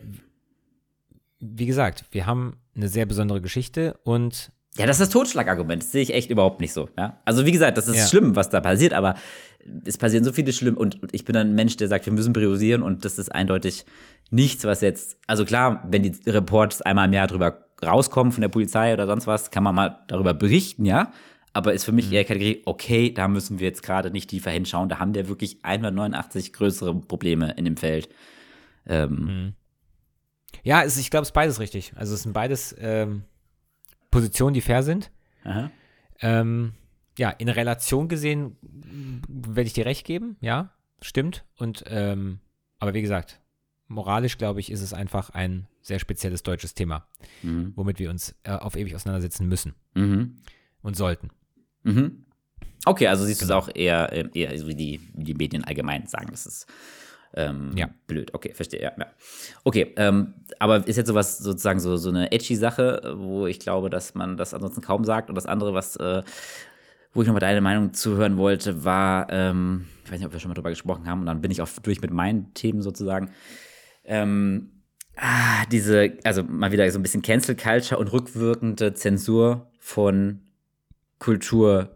wie gesagt, wir haben eine sehr besondere Geschichte und
ja, das ist das Totschlagargument. Das sehe ich echt überhaupt nicht so. Ja? Also wie gesagt, das ist
ja.
schlimm, was da passiert, aber es passieren so viele schlimm und, und ich bin ein Mensch, der sagt, wir müssen priorisieren und das ist eindeutig nichts, was jetzt, also klar, wenn die Reports einmal im Jahr drüber rauskommen von der Polizei oder sonst was, kann man mal darüber berichten, ja, aber ist für mich mhm. eher Kategorie, okay, da müssen wir jetzt gerade nicht tiefer hinschauen, da haben wir wirklich hundertneunundachtzig größere Probleme in dem Feld. Ähm.
Mhm. Ja, es, ich glaube, es ist beides richtig. Also es sind beides ähm, Positionen, die fair sind.
Aha.
Ähm, ja, in Relation gesehen werde ich dir recht geben, ja, stimmt. Und ähm, aber wie gesagt, moralisch, glaube ich, ist es einfach ein sehr spezielles deutsches Thema,
mhm.
womit wir uns äh, auf ewig auseinandersetzen müssen
mhm.
und sollten.
Mhm. Okay, also siehst
genau.
du es auch eher, eher so wie die, die Medien allgemein sagen, das ist ähm,
ja.
blöd. Okay, verstehe, ja. ja. Okay, ähm, aber ist jetzt sowas sozusagen so, so eine edgy Sache, wo ich glaube, dass man das ansonsten kaum sagt. Und das andere, was äh, wo ich nochmal deine Meinung zuhören wollte, war, ähm, ich weiß nicht, ob wir schon mal drüber gesprochen haben, und dann bin ich auch durch mit meinen Themen sozusagen. Ähm, ah, diese, also mal wieder so ein bisschen Cancel Culture und rückwirkende Zensur von Kulturgütern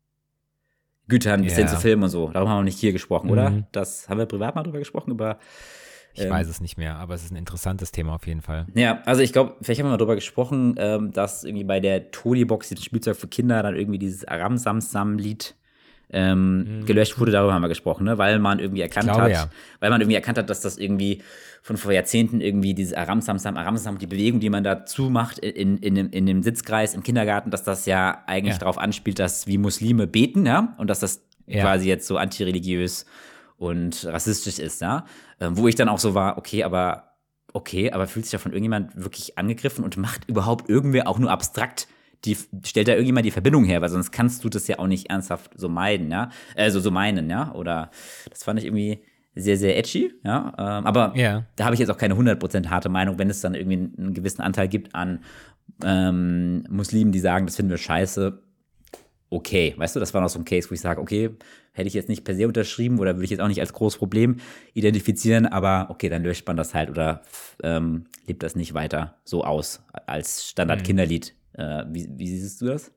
bis
Ja.
hin zu Filmen und so. Darum haben wir nicht hier gesprochen,
Mhm.
oder? Das haben wir privat mal drüber gesprochen, über
Ich
ähm,
weiß es nicht mehr, aber es ist ein interessantes Thema auf jeden Fall.
Ja, also ich glaube, vielleicht haben wir mal drüber gesprochen, ähm, dass irgendwie bei der Tony-Box, dieses Spielzeug für Kinder, dann irgendwie dieses Aram-Sam-Sam-Lied ähm,
Mhm.
gelöscht wurde. Darüber haben wir gesprochen, ne? Weil man irgendwie erkannt
glaube,
hat,
ja.
weil man irgendwie erkannt hat, dass das irgendwie von vor Jahrzehnten irgendwie dieses Aram-Sam-Sam, Aram-Sam, die Bewegung, die man dazu macht in, in, in, in dem Sitzkreis im Kindergarten, dass das ja eigentlich
Ja.
darauf anspielt, dass wie Muslime beten, ja, und dass das
Ja.
quasi jetzt so antireligiös und rassistisch ist, ja. Ähm, wo ich dann auch so war, okay, aber okay, aber fühlt sich da von irgendjemand wirklich angegriffen und macht überhaupt irgendwer auch nur abstrakt, die stellt da irgendjemand die Verbindung her, weil sonst kannst du das ja auch nicht ernsthaft so meiden, ja, also so meinen, ja, oder das fand ich irgendwie sehr, sehr edgy, ja, ähm, aber
Ja.
da habe ich jetzt auch keine hundert Prozent harte Meinung, wenn es dann irgendwie einen gewissen Anteil gibt an ähm, Muslimen, die sagen, das finden wir scheiße, okay, weißt du, das war noch so ein Case, wo ich sage, okay, hätte ich jetzt nicht per se unterschrieben oder würde ich jetzt auch nicht als großes Problem identifizieren, aber okay, dann löscht man das halt oder ähm, lebt das nicht weiter so aus als Standard-Kinderlied. Äh, wie, wie siehst du das?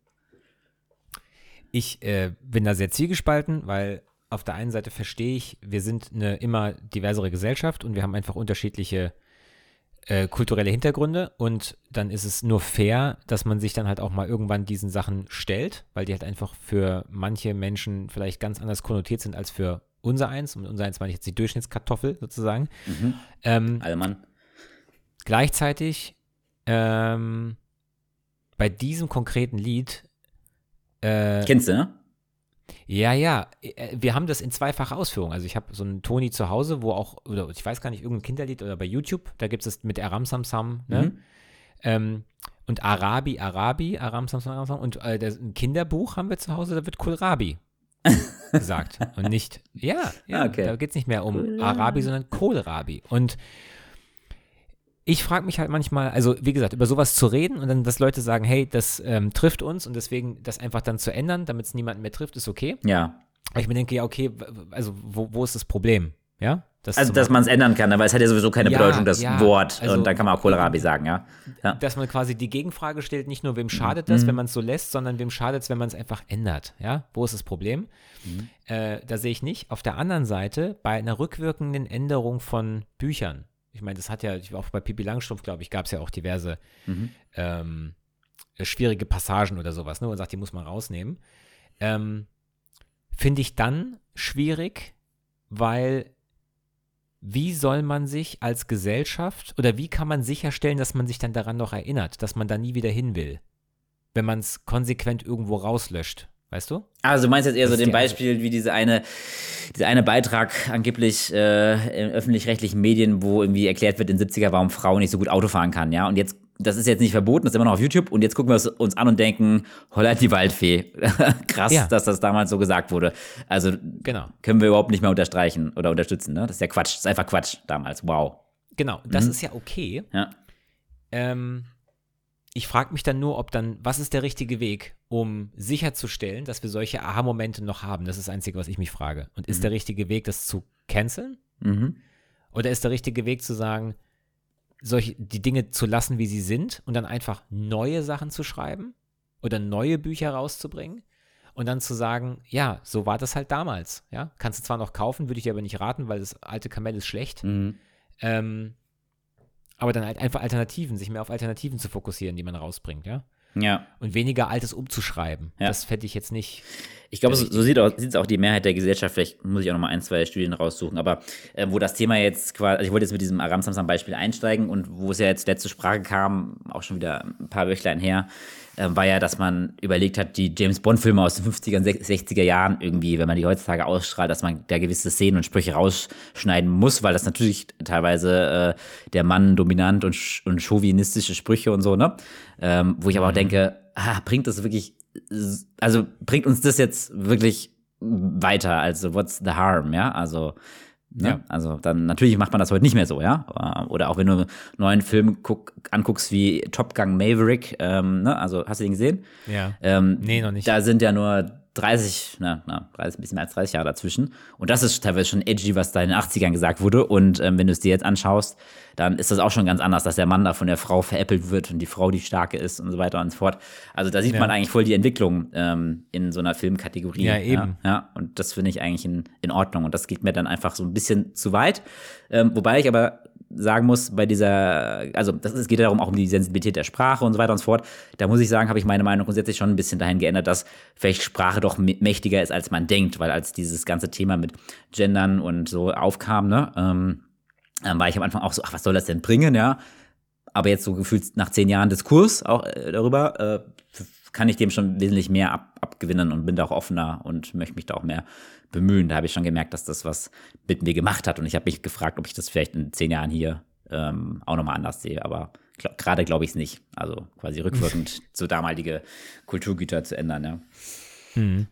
Ich äh, bin da sehr zielgespalten, weil auf der einen Seite verstehe ich, wir sind eine immer diversere Gesellschaft und wir haben einfach unterschiedliche äh, kulturelle Hintergründe und dann ist es nur fair, dass man sich dann halt auch mal irgendwann diesen Sachen stellt, weil die halt einfach für manche Menschen vielleicht ganz anders konnotiert sind als für unser eins. Und unser eins meine ich jetzt die Durchschnittskartoffel sozusagen.
Mhm.
Ähm,
Allmann.
Gleichzeitig ähm, bei diesem konkreten Lied äh,
Kennst du, ne?
Ja, ja, äh, wir haben das in zweifacher Ausführung. Also ich habe so einen Toni zu Hause, wo auch, oder ich weiß gar nicht, irgendein Kinderlied oder bei YouTube, da gibt es mit Aram Sam Sam, ne?
Mhm.
Ähm, und Arabi, Arabi, Aram Sam Sam, Aram Sam. Und äh, das, ein Kinderbuch haben wir zu Hause, da wird Kohlrabi gesagt. Und nicht, ja, ja,
Okay.
da geht es nicht mehr um
Kohlrabi.
Arabi, sondern Kohlrabi. Und ich frage mich halt manchmal, also wie gesagt, über sowas zu reden und dann, dass Leute sagen, hey, das ähm, trifft uns und deswegen das einfach dann zu ändern, damit es niemanden mehr trifft, ist okay.
Ja.
Aber ich mir denke, ja, okay, w- also wo, wo ist das Problem? Ja? Das
Also,
zu
dass
machen.
man es ändern kann, aber es hat ja sowieso keine
Ja,
Bedeutung, das
ja,
Wort.
also-
und dann kann man auch Kohlrabi sagen, ja. ja.
Dass man quasi die Gegenfrage stellt, nicht nur, wem schadet das,
Mhm.
wenn man es so lässt, sondern wem schadet es, wenn man es einfach ändert. Ja? Wo ist das Problem?
Mhm.
Äh, da sehe ich nicht. Auf der anderen Seite, bei einer rückwirkenden Änderung von Büchern, ich meine, das hat ja, ich war auch bei Pippi Langstrumpf, glaube ich, gab es ja auch diverse
Mhm.
ähm, schwierige Passagen oder sowas, ne, und sagt, die muss man rausnehmen. Ähm, Finde ich dann schwierig, weil wie soll man sich als Gesellschaft oder wie kann man sicherstellen, dass man sich dann daran noch erinnert, dass man da nie wieder hin will, wenn man es konsequent irgendwo rauslöscht, weißt du?
Also du meinst jetzt eher
Das
so
ist
den
die
Beispiel wie diese eine, dieser eine Beitrag angeblich äh, in öffentlich-rechtlichen Medien, wo irgendwie erklärt wird in den siebziger, warum Frauen nicht so gut Auto fahren kann, ja, und jetzt, das ist jetzt nicht verboten, das ist immer noch auf YouTube und jetzt gucken wir es uns an und denken, holla die Waldfee. Krass,
Ja.
dass das damals so gesagt wurde. Also
Genau.
können wir überhaupt nicht mehr unterstreichen oder unterstützen, ne? Das ist ja Quatsch, das ist einfach Quatsch damals, wow.
Genau, das
Mhm.
ist ja okay.
Ja.
Ähm, ich frage mich dann nur, ob dann, was ist der richtige Weg, um sicherzustellen, dass wir solche Aha-Momente noch haben? Das ist das Einzige, was ich mich frage. Und ist
Mhm.
der richtige Weg, das zu canceln?
Mhm.
Oder ist der richtige Weg zu sagen, solche, die Dinge zu lassen, wie sie sind und dann einfach neue Sachen zu schreiben oder neue Bücher rauszubringen und dann zu sagen, ja, so war das halt damals. Ja? Kannst du zwar noch kaufen, würde ich dir aber nicht raten, weil das alte Kamell ist schlecht.
Mhm.
Ähm, aber dann halt einfach Alternativen, sich mehr auf Alternativen zu fokussieren, die man rausbringt, ja.
Ja.
Und weniger Altes umzuschreiben.
Ja.
Das fände ich jetzt nicht.
Ich glaube, so, so sieht es auch die Mehrheit der Gesellschaft. Vielleicht muss ich auch noch mal ein, zwei Studien raussuchen. Aber äh, wo das Thema jetzt quasi, also ich wollte jetzt mit diesem Aram Samsam Beispiel einsteigen und wo es ja jetzt letzte Sprache kam, auch schon wieder ein paar Wöchlein her, äh, war ja, dass man überlegt hat, die James-Bond-Filme aus den fünfziger und sechziger Jahren irgendwie, wenn man die heutzutage ausstrahlt, dass man da gewisse Szenen und Sprüche rausschneiden muss, weil das natürlich teilweise äh, der Mann dominant und, sch und chauvinistische Sprüche und so, ne? Ähm, wo ich aber auch denke, ah, bringt das wirklich, also bringt uns das jetzt wirklich weiter, also what's the harm, ja, also ne?
Ja.
Also dann, natürlich macht man das heute nicht mehr so, ja, oder auch wenn du einen neuen Film guck, anguckst wie Top Gun Maverick, ähm, ne? Also hast du den gesehen?
Ja.
Ähm,
Nee, noch nicht.
Da sind ja nur dreißig, na, na, dreißig, ein bisschen mehr als dreißig Jahre dazwischen. Und das ist teilweise schon edgy, was da in den achtzigern gesagt wurde. Und ähm, wenn du es dir jetzt anschaust, dann ist das auch schon ganz anders, dass der Mann da von der Frau veräppelt wird und die Frau die starke ist und so weiter und so fort. Also da sieht
Ja.
man eigentlich voll die Entwicklung ähm, in so einer Filmkategorie.
Ja, eben.
Ja, ja, und das finde ich eigentlich in, in Ordnung. Und das geht mir dann einfach so ein bisschen zu weit. Ähm, wobei ich aber sagen muss, bei dieser, also das, es geht ja darum auch um die Sensibilität der Sprache und so weiter und so fort. Da muss ich sagen, habe ich meine Meinung grundsätzlich schon ein bisschen dahin geändert, dass vielleicht Sprache doch mächtiger ist, als man denkt, weil als dieses ganze Thema mit Gendern und so aufkam, ne, ähm, dann war ich am Anfang auch so, ach, was soll das denn bringen, ja? Aber jetzt so gefühlt nach zehn Jahren Diskurs auch äh, darüber, äh, kann ich dem schon wesentlich mehr ab, abgewinnen und bin da auch offener und möchte mich da auch mehr bemühen. Da habe ich schon gemerkt, dass das was mit mir gemacht hat und ich habe mich gefragt, ob ich das vielleicht in zehn Jahren hier ähm, auch nochmal anders sehe, aber glaub, gerade glaube ich es nicht. Also quasi rückwirkend so damalige Kulturgüter zu ändern, ja.
Hm.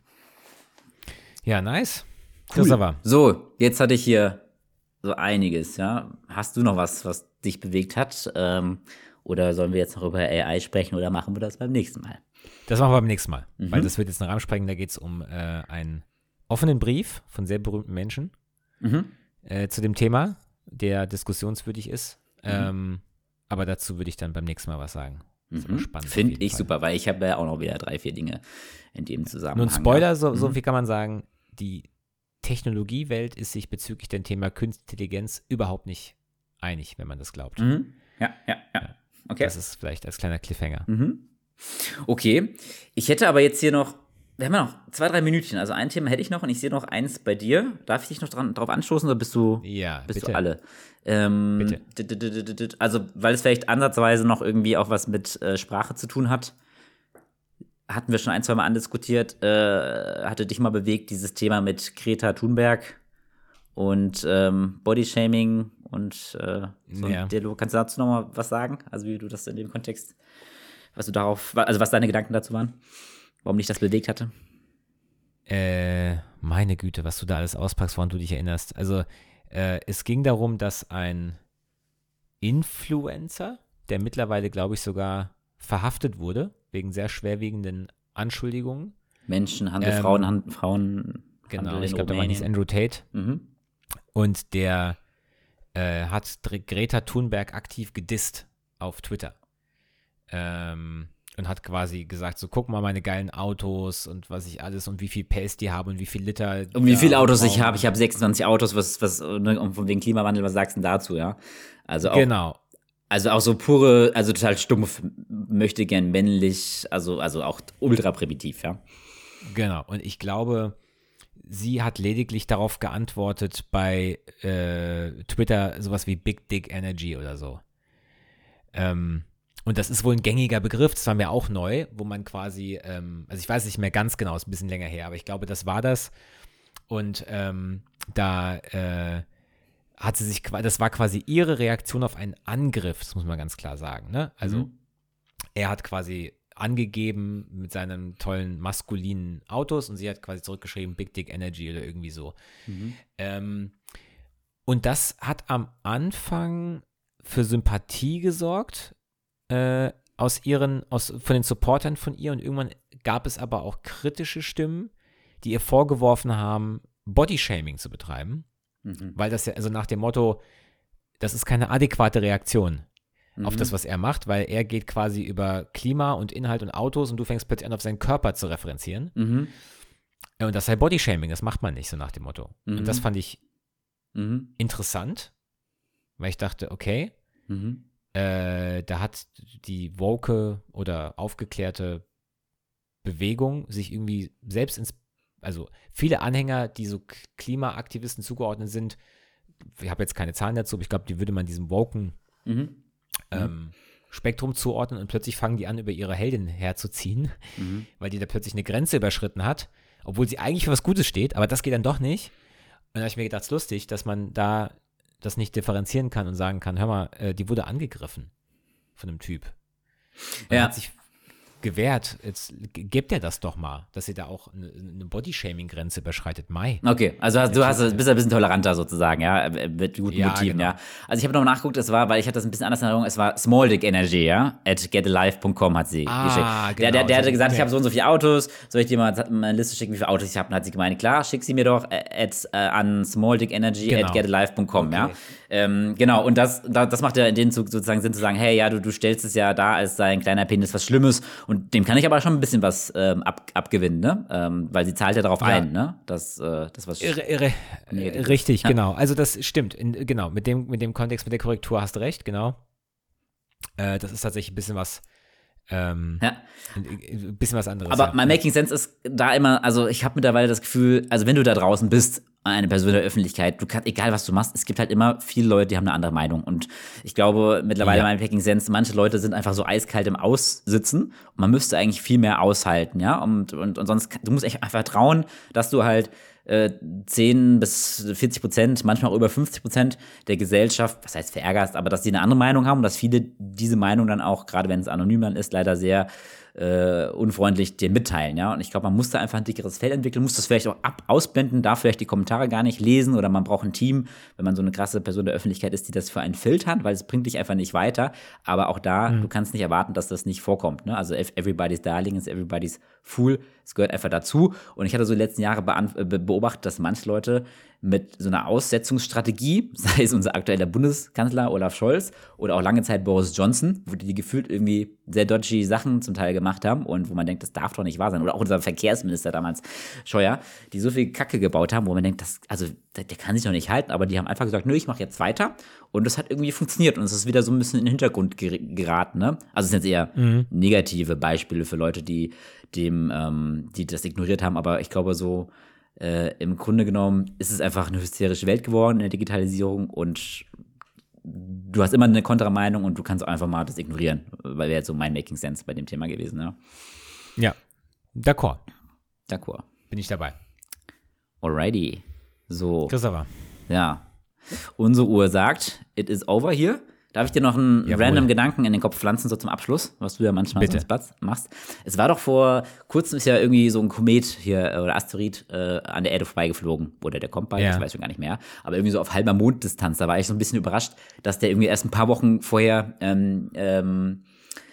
Ja, nice. Das aber.
So, jetzt hatte ich hier so einiges, ja. Hast du noch was, was dich bewegt hat? Ähm, oder sollen wir jetzt noch über A I sprechen oder machen wir das beim nächsten Mal?
Das machen wir beim nächsten Mal,
Mhm.
weil das wird jetzt einen Rahmen sprengen. Da geht es um äh, einen offenen Brief von sehr berühmten Menschen
Mhm.
äh, zu dem Thema, der diskussionswürdig ist.
Mhm.
Ähm, aber dazu würde ich dann beim nächsten Mal was sagen. Das ist aber
Mhm.
spannend. auf
Finde
jeden
ich
Fall.
super, weil ich habe ja auch noch wieder drei, vier Dinge in dem Zusammenhang.
Nur ein Spoiler, so, so
Mhm.
viel kann man sagen, die Technologiewelt ist sich bezüglich dem Thema Künstliche Intelligenz überhaupt nicht einig, wenn man das glaubt.
Mhm. Ja, ja, ja.
Ja.
Okay.
Das ist vielleicht als kleiner Cliffhanger.
Mhm. Okay. Ich hätte aber jetzt hier noch, wir haben ja noch zwei, drei Minütchen. Also ein Thema hätte ich noch und ich sehe noch eins bei dir. Darf ich dich noch dran, drauf anstoßen oder bist du,
Ja,
bist
bitte.
du alle? Ähm,
Bitte.
d- d- d- d- d- Also, weil es vielleicht ansatzweise noch irgendwie auch was mit äh, Sprache zu tun hat, hatten wir schon ein, zwei Mal andiskutiert, äh, hatte dich mal bewegt, dieses Thema mit Greta Thunberg und ähm, Bodyshaming und äh, so
Ja.
ein Dialog. Kannst du dazu noch mal was sagen? Also wie du das in dem Kontext, was du darauf, also was deine Gedanken dazu waren? Warum dich das bewegt hatte?
Äh, meine Güte, was du da alles auspackst, woran du dich erinnerst. Also, äh, es ging darum, dass ein Influencer, der mittlerweile, glaube ich, sogar verhaftet wurde, wegen sehr schwerwiegenden Anschuldigungen.
Menschenhandel,
Ähm,
Frauenhandel, Frauen.
Genau,
Handel
ich
in
glaube, der Mann hieß
Rumänien.
Andrew Tate.
Mhm.
Und der äh, hat Dre- Greta Thunberg aktiv gedisst auf Twitter. Ähm, und hat quasi gesagt, so guck mal meine geilen Autos und was ich alles und wie viel Pace die haben und wie viel Liter.
Und wie
da
viele Autos ich
brauchen.
habe. Ich habe sechsundzwanzig Autos, was, was, ne, und von wegen Klimawandel, was sagst du denn dazu, ja? Also auch,
Genau.
also auch so pure, also total stumpf, möchte gern männlich, also, also auch ultra primitiv, ja.
Genau, und ich glaube, sie hat lediglich darauf geantwortet bei äh, Twitter sowas wie Big Dick Energy oder so. Ähm, und das ist wohl ein gängiger Begriff, das war mir auch neu, wo man quasi, ähm, also ich weiß nicht mehr ganz genau, ist ein bisschen länger her, aber ich glaube, das war das. Und ähm, da äh, hat sie sich, das war quasi ihre Reaktion auf einen Angriff, das muss man ganz klar sagen, ne? Also
Mhm.
er hat quasi angegeben mit seinen tollen maskulinen Autos und sie hat quasi zurückgeschrieben Big Dick Energy oder irgendwie so.
Mhm.
Ähm, und das hat am Anfang für Sympathie gesorgt äh, aus ihren, aus, von den Supportern von ihr, und irgendwann gab es aber auch kritische Stimmen, die ihr vorgeworfen haben, Bodyshaming zu betreiben,
Mhm.
weil das ja, also nach dem Motto, das ist keine adäquate Reaktion auf das, was er macht, weil er geht quasi über Klima und Inhalt und Autos und du fängst plötzlich an, auf seinen Körper zu referenzieren.
Mhm.
Und das sei Bodyshaming, das macht man nicht, so nach dem Motto.
Mhm.
Und das fand ich
Mhm.
interessant, weil ich dachte, okay,
Mhm.
äh, da hat die woke oder aufgeklärte Bewegung sich irgendwie selbst ins, also viele Anhänger, die so K- Klimaaktivisten zugeordnet sind, ich habe jetzt keine Zahlen dazu, aber ich glaube, die würde man diesem woken
Mhm.
ähm, Spektrum zuordnen, und plötzlich fangen die an, über ihre Heldin herzuziehen,
Mhm.
weil die da plötzlich eine Grenze überschritten hat, obwohl sie eigentlich für was Gutes steht, aber das geht dann doch nicht. Und da habe ich mir gedacht, es ist lustig, dass man da das nicht differenzieren kann und sagen kann, hör mal, äh, die wurde angegriffen von einem Typ. Und
Ja.
hat sich gewehrt, jetzt ge- gebt ihr das doch mal, dass ihr da auch eine, eine Body-Shaming-Grenze überschreitet. Mai.
Okay, also hast, du hast, bist ein bisschen toleranter sozusagen, ja, mit guten
Ja,
Motiven,
genau.
ja. Also ich habe noch nachgeguckt, es war, weil ich hatte das ein bisschen anders in Erinnerung, es war Small Dick Energy, ja, at getalive punkt com hat sie
Ah,
geschickt.
genau,
Der, der, der hatte
so-
gesagt, ich
okay.
habe so und so viele Autos, soll ich dir mal eine Liste schicken, wie viele Autos ich habe? Und hat sie gemeint, klar, schick sie mir doch äh, at, äh, an small dick energy
Genau.
at getalive punkt com, ja.
Okay.
Ähm, genau, und das, da, das macht ja in dem Zug sozusagen Sinn zu sagen, hey, ja, du, du stellst es ja da, als sei ein kleiner Penis was Schlimmes, und dem kann ich aber schon ein bisschen was ähm, ab, abgewinnen, ne? Ähm, weil sie zahlt ja darauf
Ja.
ein, ne? Dass äh, das was
Irre, irre,
Negativ.
richtig,
Ja.
genau. Also das stimmt. In, genau, mit dem, mit dem Kontext, mit der Korrektur hast du recht, genau. Äh, das ist tatsächlich ein bisschen was, ähm,
Ja.
ein, ein bisschen was anderes.
Aber
ja.
mein Making Sense ist da immer, also ich habe mittlerweile das Gefühl, also wenn du da draußen bist, eine Person der Öffentlichkeit, du kannst, egal was du machst, es gibt halt immer viele Leute, die haben eine andere Meinung. Und ich glaube mittlerweile
Ja.
mein Making Sense, manche Leute sind einfach so eiskalt im Aussitzen, und man müsste eigentlich viel mehr aushalten, ja. Und, und, und sonst, du musst echt einfach trauen, dass du halt äh, zehn bis vierzig Prozent, manchmal auch über fünfzig Prozent der Gesellschaft, was heißt verärgerst, aber dass die eine andere Meinung haben und dass viele diese Meinung dann auch, gerade wenn es anonym dann ist, leider sehr äh, unfreundlich dir mitteilen, ja. Und ich glaube, man muss da einfach ein dickeres Fell entwickeln, muss das vielleicht auch ab ausblenden, darf vielleicht die Kommentare gar nicht lesen, oder man braucht ein Team, wenn man so eine krasse Person der Öffentlichkeit ist, die das für einen filtert, weil es bringt dich einfach nicht weiter. Aber auch da, du kannst nicht erwarten, dass das nicht vorkommt, ne? Also everybody's darling is everybody's fool. Es gehört einfach dazu. Und ich hatte so die letzten Jahre beant- be- beobachtet, dass manche Leute mit so einer Aussetzungsstrategie, sei es unser aktueller Bundeskanzler Olaf Scholz oder auch lange Zeit Boris Johnson, wo die gefühlt irgendwie sehr dodgy Sachen zum Teil gemacht haben und wo man denkt, das darf doch nicht wahr sein. Oder auch unser Verkehrsminister damals, Scheuer, die so viel Kacke gebaut haben, wo man denkt, das, also der, der kann sich doch nicht halten, aber die haben einfach gesagt, nö, ich mache jetzt weiter, und das hat irgendwie funktioniert und es ist wieder so ein bisschen in den Hintergrund ger- geraten, ne? Also es sind jetzt eher negative Beispiele für Leute, die dem, ähm, die das ignoriert haben, aber ich glaube so, Äh, im Grunde genommen ist es einfach eine hysterische Welt geworden in der Digitalisierung, und du hast immer eine Kontrameinung und du kannst auch einfach mal das ignorieren, weil wäre jetzt so mein Making Sense bei dem Thema gewesen, ja.
Ja, d'accord,
D'accord.
bin ich dabei.
Alrighty. So,
Christopher.
ja. Unsere Uhr sagt, it is over here. Darf ich dir noch einen
Jawohl.
random Gedanken in den Kopf pflanzen, so zum Abschluss, was du ja manchmal
Bitte.
sonst Platz machst? Es war doch vor kurzem, ist ja irgendwie so ein Komet hier äh, oder Asteroid äh, an der Erde vorbeigeflogen. Oder der kommt bald,
Ja.
das weiß ich schon gar nicht mehr. Aber irgendwie so auf halber Monddistanz. Da war ich so ein bisschen überrascht, dass der irgendwie erst ein paar Wochen vorher ähm, ähm,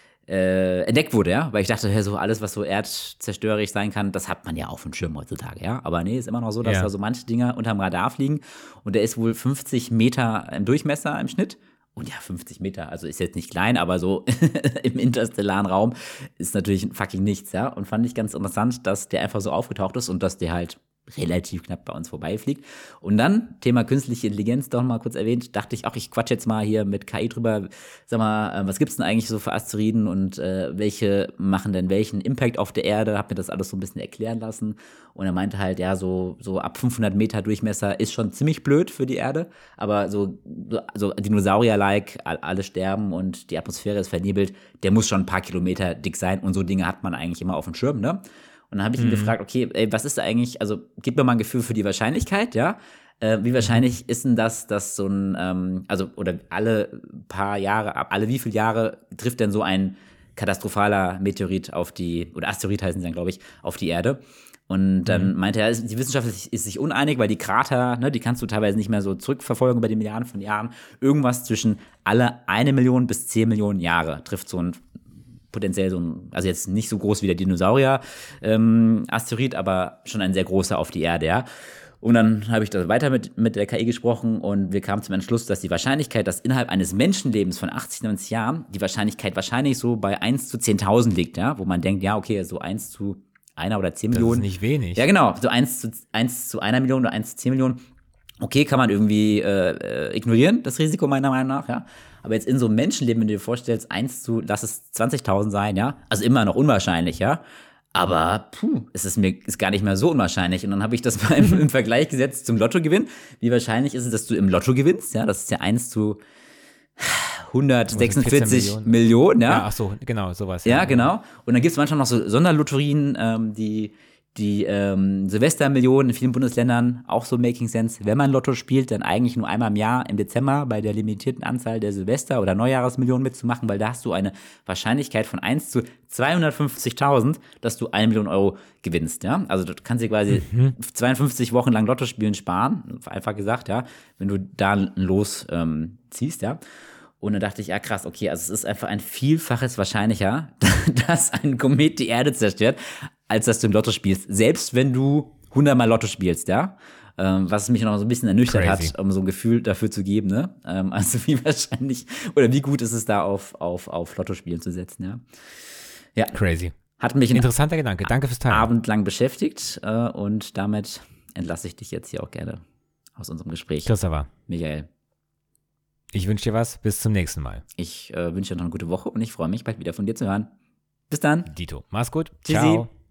äh, entdeckt wurde, ja, weil ich dachte, ja, so alles, was so erdzerstörerisch sein kann, das hat man ja auf dem Schirm heutzutage, ja, aber nee, ist immer noch so, dass
Ja.
da so manche Dinger unterm Radar fliegen, und der ist wohl fünfzig Meter im Durchmesser im Schnitt, und ja, fünfzig Meter, also ist jetzt nicht klein, aber so im interstellaren Raum ist natürlich fucking nichts, ja, und fand ich ganz interessant, dass der einfach so aufgetaucht ist und dass der halt relativ knapp bei uns vorbeifliegt. Und dann, Thema künstliche Intelligenz, doch mal kurz erwähnt, dachte ich, ach, ich quatsch jetzt mal hier mit K I drüber. Sag mal, äh, was gibt's denn eigentlich so für Asteroiden und äh, welche machen denn welchen Impact auf der Erde? Hab mir das alles so ein bisschen erklären lassen. Und er meinte halt, ja, so, so ab fünfhundert Meter Durchmesser ist schon ziemlich blöd für die Erde. Aber so, so Dinosaurier-like, alle sterben und die Atmosphäre ist vernebelt, der muss schon ein paar Kilometer dick sein. Und so Dinge hat man eigentlich immer auf dem Schirm, ne? Und dann habe ich ihn mhm. gefragt, okay, ey, was ist da eigentlich, also gib mir mal ein Gefühl für die Wahrscheinlichkeit, ja? Äh, wie wahrscheinlich mhm. ist denn das, dass so ein, ähm, also, oder alle paar Jahre, ab alle wie viele Jahre trifft denn so ein katastrophaler Meteorit auf die, oder Asteroid heißen sie dann, glaube ich, auf die Erde? Und dann mhm. meinte er, die Wissenschaft ist, ist sich uneinig, weil die Krater, ne, die kannst du teilweise nicht mehr so zurückverfolgen über die Milliarden von Jahren. Irgendwas zwischen alle eine Million bis zehn Millionen Jahre trifft so ein potenziell so ein, also jetzt nicht so groß wie der Dinosaurier-Asteroid, ähm, aber schon ein sehr großer auf die Erde, ja. Und dann habe ich da weiter mit, mit der K I gesprochen und wir kamen zum Entschluss, dass die Wahrscheinlichkeit, dass innerhalb eines Menschenlebens von achtzig, neunzig Jahren die Wahrscheinlichkeit wahrscheinlich so bei eins zu zehntausend liegt, ja, wo man denkt, ja, okay, so eins zu einer oder zehn Millionen.
Das ist nicht wenig.
Ja, genau, so eins zu, eins zu einer Million oder eins zu zehn Millionen. Okay, kann man irgendwie äh, ignorieren, das Risiko meiner Meinung nach, ja. Aber jetzt in so einem Menschenleben, wenn du dir vorstellst, eins zu, lass es zwanzigtausend sein, ja. Also immer noch unwahrscheinlich, ja. Aber, puh, es ist mir, ist gar nicht mehr so unwahrscheinlich. Und dann habe ich das mal im, im Vergleich gesetzt zum Lottogewinn. Wie wahrscheinlich ist es, dass du im Lotto gewinnst, ja. Das ist ja eins zu hundertsechsundvierzig Millionen. Millionen, ja.
Ja, ach so, genau, sowas.
Ja, ja genau. Und dann gibt es manchmal noch so Sonderlotterien, ähm, die Die ähm, Silvestermillionen in vielen Bundesländern, auch so making sense. Wenn man Lotto spielt, dann eigentlich nur einmal im Jahr im Dezember bei der limitierten Anzahl der Silvester- oder Neujahresmillionen mitzumachen, weil da hast du eine Wahrscheinlichkeit von eins zu zweihundertfünfzigtausend, dass du eine Million Euro gewinnst, ja. Also du kannst dir quasi mhm. zweiundfünfzig Wochen lang Lotto spielen sparen, einfach gesagt, ja, wenn du da ein Los ähm, ziehst, ja. Und dann dachte ich, ja krass, okay, also es ist einfach ein Vielfaches wahrscheinlicher, dass ein Komet die Erde zerstört, als dass du im Lotto spielst. Selbst wenn du hundertmal Lotto spielst, ja. Ähm, was mich noch so ein bisschen ernüchtert Crazy. hat, um so ein Gefühl dafür zu geben, ne. Ähm, also wie wahrscheinlich, oder wie gut ist es da auf, auf, auf Lotto spielen zu setzen, ja. Ja.
Crazy.
Hat mich
interessanter Gedanke. Danke fürs Teilen.
Abend lang beschäftigt äh, und damit entlasse ich dich jetzt hier auch gerne aus unserem Gespräch.
Christopher.
Michael.
Ich wünsche dir was. Bis zum nächsten Mal.
Ich äh, wünsche dir noch eine gute Woche und ich freue mich, bald wieder von dir zu hören. Bis dann.
Dito. Mach's gut.
Tschüssi.
Ciao.